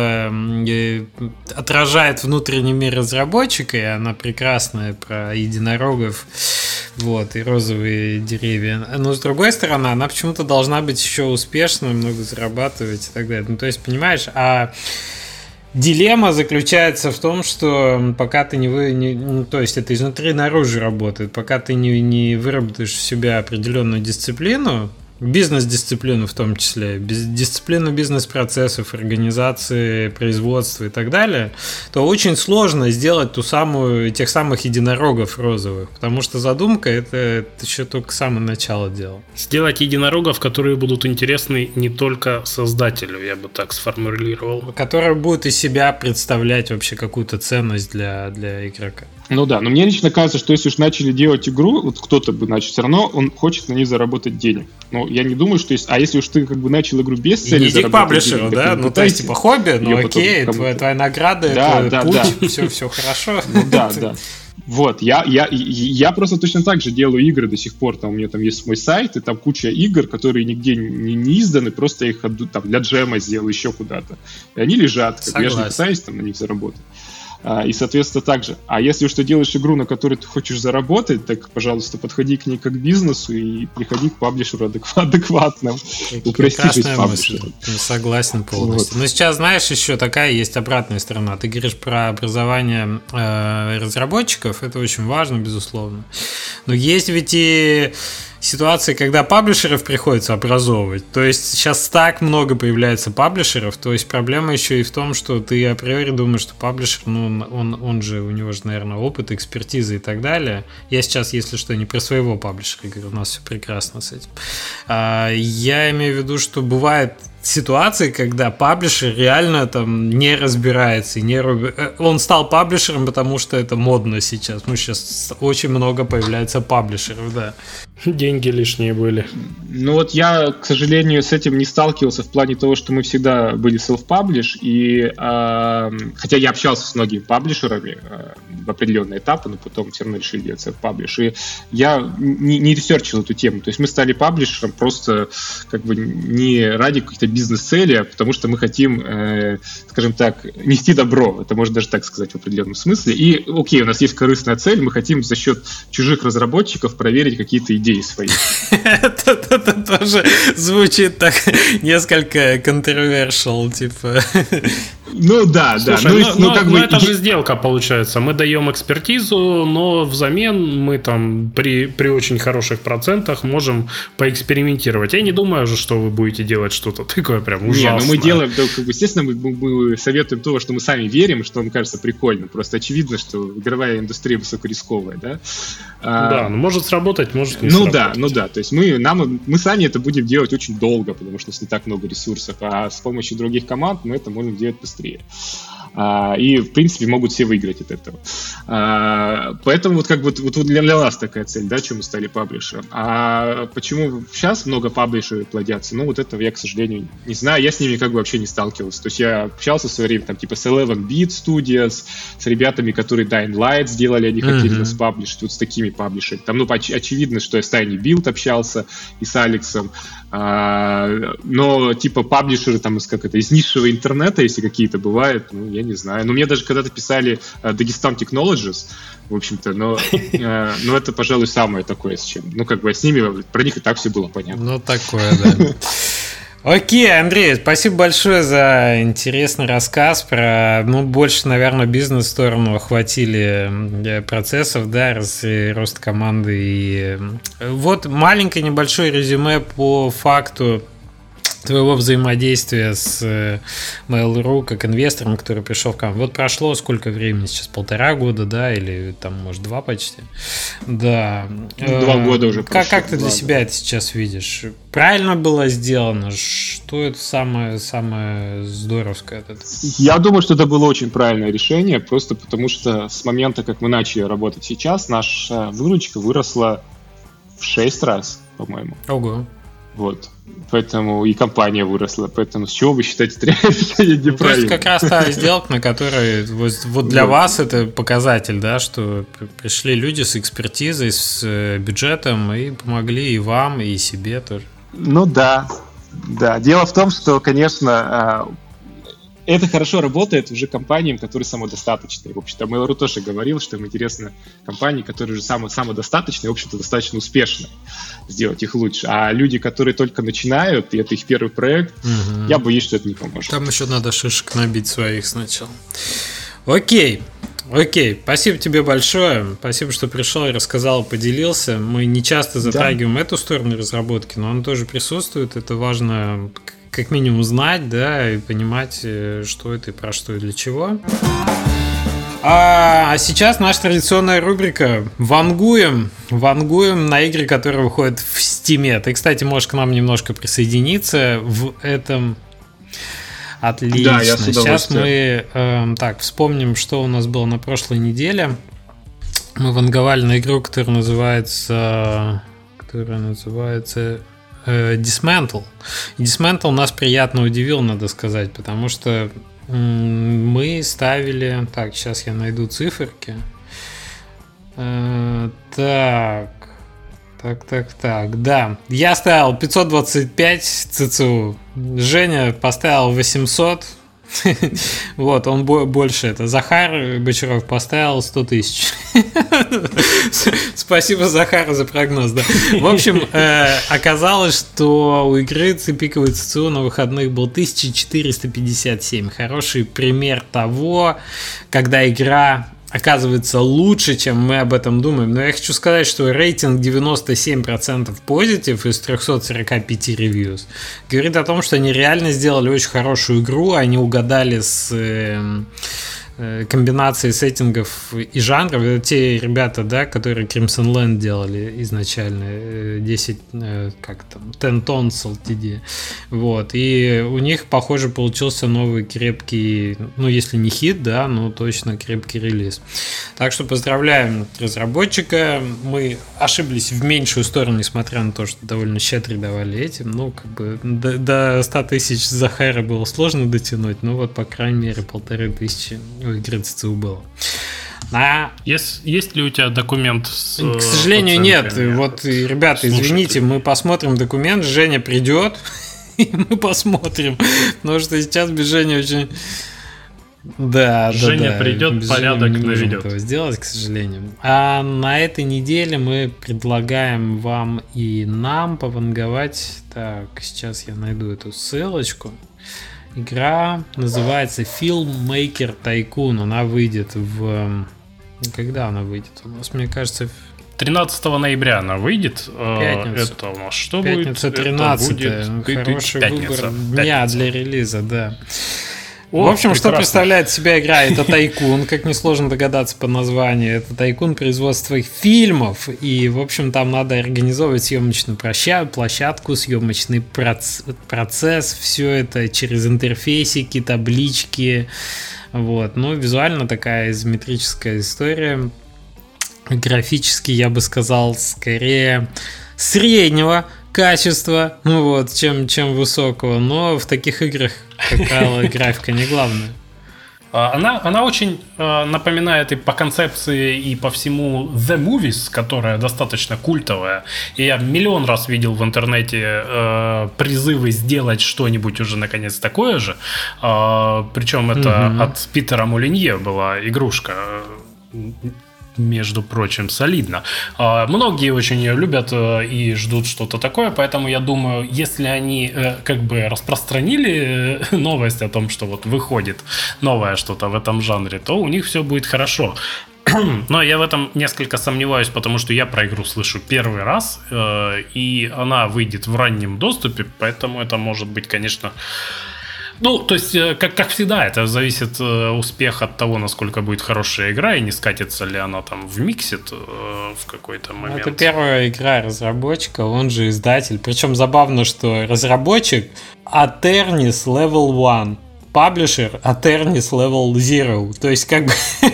отражает внутренний мир разработчика, и она прекрасная про единорогов, и розовые деревья. Но, с другой стороны, она почему-то должна быть еще успешной, много зарабатывать и так далее. То есть, понимаешь, дилемма заключается в том, что пока ты то есть это изнутри наружу работает, пока ты не выработаешь в себя определенную дисциплину, бизнес-дисциплину в том числе, дисциплину бизнес-процессов, организации, производства и так далее, то очень сложно сделать тех самых единорогов розовых, потому что задумка это еще только самое начало дела. Сделать единорогов, которые будут интересны не только создателю, я бы так сформулировал. Которые будут из себя представлять вообще какую-то ценность для игрока. Ну да, но мне лично кажется, что если уж начали делать игру, кто-то бы начал, все равно он хочет на ней заработать денег. Но я не думаю, что если уж ты начал игру без цели заработать денег... Иди к паблишеру, да? Ну то есть хобби, окей, твоя награда, это путь, все хорошо. Да. Вот, я просто точно так же делаю игры до сих пор, у меня есть мой сайт, и там куча игр, которые нигде не изданы, просто я их для джема сделал еще куда-то. И они лежат, я же не пытаюсь на них заработать. И, соответственно, также. А если уж ты делаешь игру, на которой ты хочешь заработать, так, пожалуйста, подходи к ней как к бизнесу и приходи к паблишеру адекватно. Упрости жизнь паблишера. Согласен полностью. Но сейчас, знаешь, еще такая есть обратная сторона. Ты говоришь про образование разработчиков, это очень важно, безусловно. Но есть ведь и ситуации, когда паблишеров приходится образовывать. То есть сейчас так много появляется паблишеров, то есть проблема еще и в том, что ты априори думаешь, что паблишер, ну, он же, у него же, наверное, опыт, экспертиза и так далее. Я сейчас, если что, не про своего паблишера говорю, у нас все прекрасно с этим. Я имею в виду, что бывает ситуации, когда паблишер реально там не разбирается, он стал паблишером, потому что это модно сейчас. Ну, сейчас очень много появляется паблишеров, да. Деньги лишние были. Ну вот я, к сожалению, с этим не сталкивался в плане того, что мы всегда были self-publish, и хотя я общался с многими паблишерами в определенные этапы, но потом все равно решили делать self-publish, и я не ресерчил эту тему. То есть мы стали паблишером просто как бы не ради каких-то бизнес-цели, а потому что мы хотим, скажем так, нести добро. Это можно даже так сказать в определенном смысле. И окей, у нас есть корыстная цель, мы хотим за счет чужих разработчиков проверить какие-то идеи свои. Это тоже звучит так несколько controversial, типа. Ну да, слушай, да. Это же сделка получается. Мы даем экспертизу, но взамен мы там при очень хороших процентах можем поэкспериментировать. Я не думаю же, что вы будете делать что-то такое прям ужасное. Не, ну мы делаем, да, как бы, естественно, мы советуем то, что мы сами верим, что нам кажется прикольно. Просто очевидно, что игровая индустрия высокорисковая, да? Да, ну может сработать, может не сработать. Ну да, то есть мы сами это будем делать очень долго, потому что у нас не так много ресурсов, а с помощью других команд мы это можем делать быстрее. И, в принципе, могут все выиграть от этого. Поэтому вот как бы вот для нас такая цель, да, чем мы стали паблишером. А почему сейчас много паблишеров плодятся? Ну, вот этого я, к сожалению, не знаю. Я с ними как бы вообще не сталкивался. То есть я общался в свое время там типа с 11-Bit Studios, с ребятами, которые Dying Light сделали, они хотели нас паблишить, вот с такими паблишерами. Там, ну, очевидно, что я с Tiny Build общался и с Алексом. Но типа паблишеры там из низшего интернета, если какие-то бывают, ну, я не знаю. Но мне даже когда-то писали Dagestan Technologies, в общем-то, но это, пожалуй, самое такое, с чем. Ну, как бы с ними, про них и так все было понятно. Ну, такое, да. Окей, Андрей, спасибо большое за интересный рассказ про, ну, больше, наверное, бизнес-сторону охватили процессов, да, рост команды. И вот маленькое небольшое резюме по факту твоего взаимодействия с Mail.ru как инвестором, который пришел в команду. Вот прошло сколько времени сейчас? 1,5 года, да? Или там, может, 2 почти? Да. 2 года уже прошло. Как ты для себя это сейчас видишь? Правильно было сделано? Что это самое здоровское от этого? Я думаю, что это было очень правильное решение, просто потому что с момента, как мы начали работать сейчас, наша выручка выросла в 6 раз, по-моему. Ого. Вот. Поэтому и компания выросла. Поэтому с чего вы считаете это решение неправильно? То есть как раз та сделка, на которой вот для вас это показатель, да, что пришли люди с экспертизой, с бюджетом и помогли и вам, и себе тоже. Ну да. Да. Дело в том, что, конечно, это хорошо работает уже компаниям, которые самодостаточные. В общем-то, Mail.ru тоже говорил, что им интересно компании, которые уже самодостаточные, в общем-то, достаточно успешные, сделать их лучше. А люди, которые только начинают, и это их первый проект, я боюсь, что это не поможет. Там еще надо шишек набить своих сначала. Окей, спасибо тебе большое. Спасибо, что пришел и рассказал, поделился. Мы не часто затрагиваем эту сторону разработки, но она тоже присутствует. Это важно как минимум знать, да, и понимать, что это и про что и для чего. А сейчас наша традиционная рубрика «Вангуем». Вангуем на игры, которые выходят в Стиме. Ты, кстати, можешь к нам немножко присоединиться в этом. Отлично. Да, я с удовольствием. Сейчас мы вспомним, что у нас было на прошлой неделе. Мы ванговали на игру, которая называется Dismantle. И Dismantle нас приятно удивил, надо сказать, потому что мы ставили... Так, сейчас я найду циферки. Так, да. Я ставил 525 ЦЦУ. Женя поставил 800 Вот, он больше это. Захар Бочаров поставил 100 тысяч. Спасибо Захару за прогноз, да. В общем, оказалось, что у игры пиковый ЦЦУ на выходных был 1457. Хороший пример того, когда игра оказывается лучше, чем мы об этом думаем. Но я хочу сказать, что рейтинг 97% позитив из 345 ревьюз говорит о том, что они реально сделали очень хорошую игру, они угадали с комбинации сеттингов и жанров. Это те ребята, да, которые Crimson Land делали изначально, 10 Tons LTD. Вот. И у них, похоже, получился новый крепкий, ну, если не хит, да, но точно крепкий релиз. Так что поздравляем разработчика. Мы ошиблись в меньшую сторону, несмотря на то, что довольно щедро давали этим. Ну, как бы до 100 тысяч Захара было сложно дотянуть, но вот, по крайней мере, 1500 у игры ЦЦУ было. Есть ли у тебя документ с... К сожалению, нет. Вот, ребята, извините, мы посмотрим документ, Женя придет, и мы посмотрим. Потому что сейчас без Жени очень... Да, Женя придет, порядок наведет. Этого сделать, к сожалению. А на этой неделе мы предлагаем вам и нам пованговать. Так, сейчас я найду эту ссылочку. Игра называется Filmmaker Tycoon. Она выйдет в... Когда она выйдет? У нас, мне кажется... 13 ноября она выйдет. Пятница. Это у нас что Пятница, будет? 13. Хороший выбор дня для релиза, да. В общем, прекрасно. Что представляет себя игра? Это тайкун, как несложно догадаться по названию. Это тайкун производства фильмов. И, в общем, там надо организовывать съемочную площадку, съемочный процесс. Все это через интерфейсики, таблички. Вот. Ну, визуально такая изометрическая история. Графически, я бы сказал, скорее среднего качества, ну вот, чем высокого. Но в таких играх, как правило, графика не главное. Она очень напоминает и по концепции, и по всему The Movies, которая достаточно культовая. И я миллион раз видел в интернете призывы сделать что-нибудь уже наконец такое же. Причем это от Питера Молинье была игрушка. Между прочим, солидно. Многие очень ее любят и ждут что-то такое, поэтому я думаю, если они как бы распространили новость о том, что вот выходит новое что-то в этом жанре, то у них все будет хорошо. Но я в этом несколько сомневаюсь, потому что я про игру слышу первый раз, и она выйдет в раннем доступе, поэтому это может быть, конечно... Ну, то есть, как всегда, это зависит успех от того, насколько будет хорошая игра, и не скатится ли она там в миксит в какой-то момент. Это первая игра разработчика, он же издатель. Причем забавно, что разработчик Aternis Level 1, паблишер Aternis Level 0. То есть, как бы...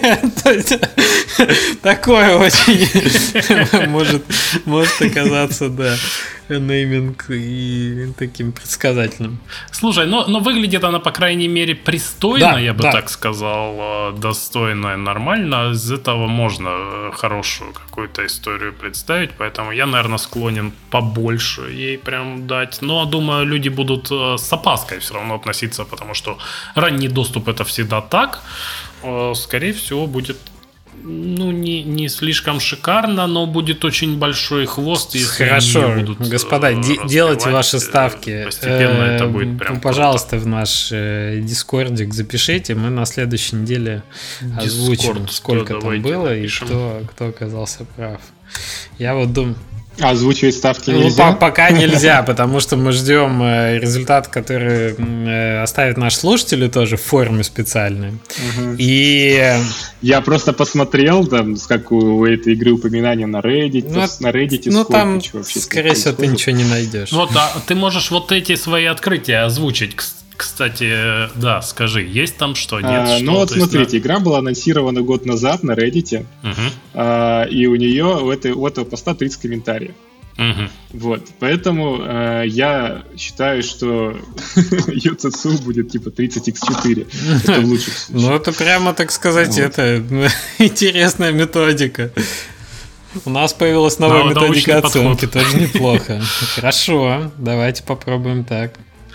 Такое очень может оказаться, да, нейминг и таким предсказательным. Слушай, но выглядит она, по крайней мере, пристойно, да, я бы так сказал, достойно, нормально. Из этого можно хорошую какую-то историю представить, поэтому я, наверное, склонен побольше ей прям дать. Но, думаю, люди будут с опаской все равно относиться, потому что ранний доступ — это всегда так. Скорее всего, будет... Ну, не слишком шикарно, но будет очень большой хвост. Если хорошо, господа, делайте ваши ставки. Постепенно это будет прям пожалуйста, круто. В наш дискордик запишите. Мы на следующей неделе озвучим, сколько там было напишем. И кто оказался прав. Я вот думаю... Озвучивать ставки нельзя? Ну, пока нельзя, потому что мы ждем результат, который оставят наши слушатели тоже в форуме специальной. И... Я просто посмотрел, там, как у этой игры упоминания на Reddit, на Reddit ну, там, скорее всего, ты ничего не найдешь. Вот, а ты можешь вот эти свои открытия озвучить, кстати, да, скажи, есть там что, нет? Что? Ну вот смотрите, игра была анонсирована год назад на Reddit, и у нее у этого поста 30 комментариев. Вот, поэтому я считаю, что ее ЦЦУ будет типа 30x4. Это в лучшем случае. Ну это прямо, так сказать, это интересная методика. У нас появилась новая методика оценки, тоже неплохо. Хорошо, давайте попробуем так.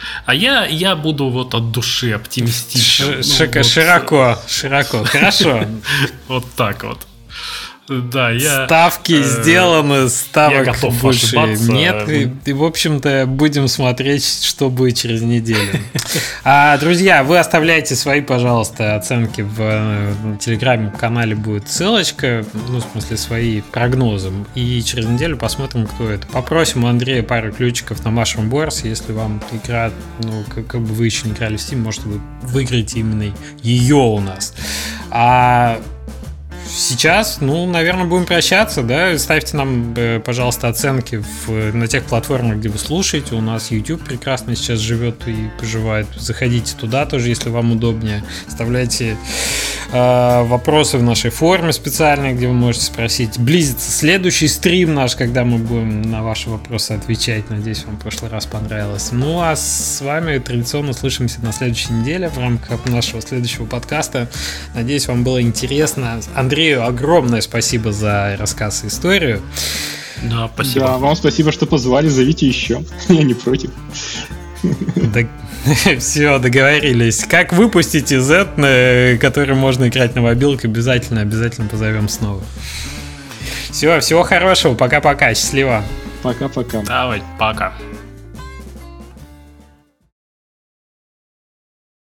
А я буду вот от души оптимистичен. Широко. Хорошо. Вот так вот. Да, ставки сделаны, ставок я готов больше ошибаться. нет. И, в общем-то, будем смотреть, что будет через неделю. Друзья, вы оставляйте свои, пожалуйста, оценки в телеграм-канале, будет ссылочка, ну, в смысле, свои прогнозы. И через неделю посмотрим, кто это. Попросим у Андрея пару ключиков на Mushroom Wars. Если вам игра, ну, как бы вы еще не играли в Steam, может, вы выиграете именно ее у нас. Сейчас, ну, наверное, будем прощаться, да? Ставьте нам, пожалуйста, оценки на тех платформах, где вы слушаете. У нас YouTube прекрасно сейчас живет и поживает. Заходите туда тоже, если вам удобнее. Оставляйте вопросы в нашей форме специальной, где вы можете спросить. Близится следующий стрим наш, когда мы будем на ваши вопросы отвечать. Надеюсь, вам в прошлый раз понравилось. Ну, а с вами традиционно услышимся на следующей неделе в рамках нашего следующего подкаста. Надеюсь, вам было интересно. Андрею огромное спасибо за рассказ и историю. Да, спасибо. Да, вам спасибо, что позвали. Зовите еще. Я не против. Все, договорились. Как выпустите Z, который можно играть на мобилке, обязательно позовем снова. Всего хорошего, пока-пока, счастливо. Пока-пока. Давай, пока.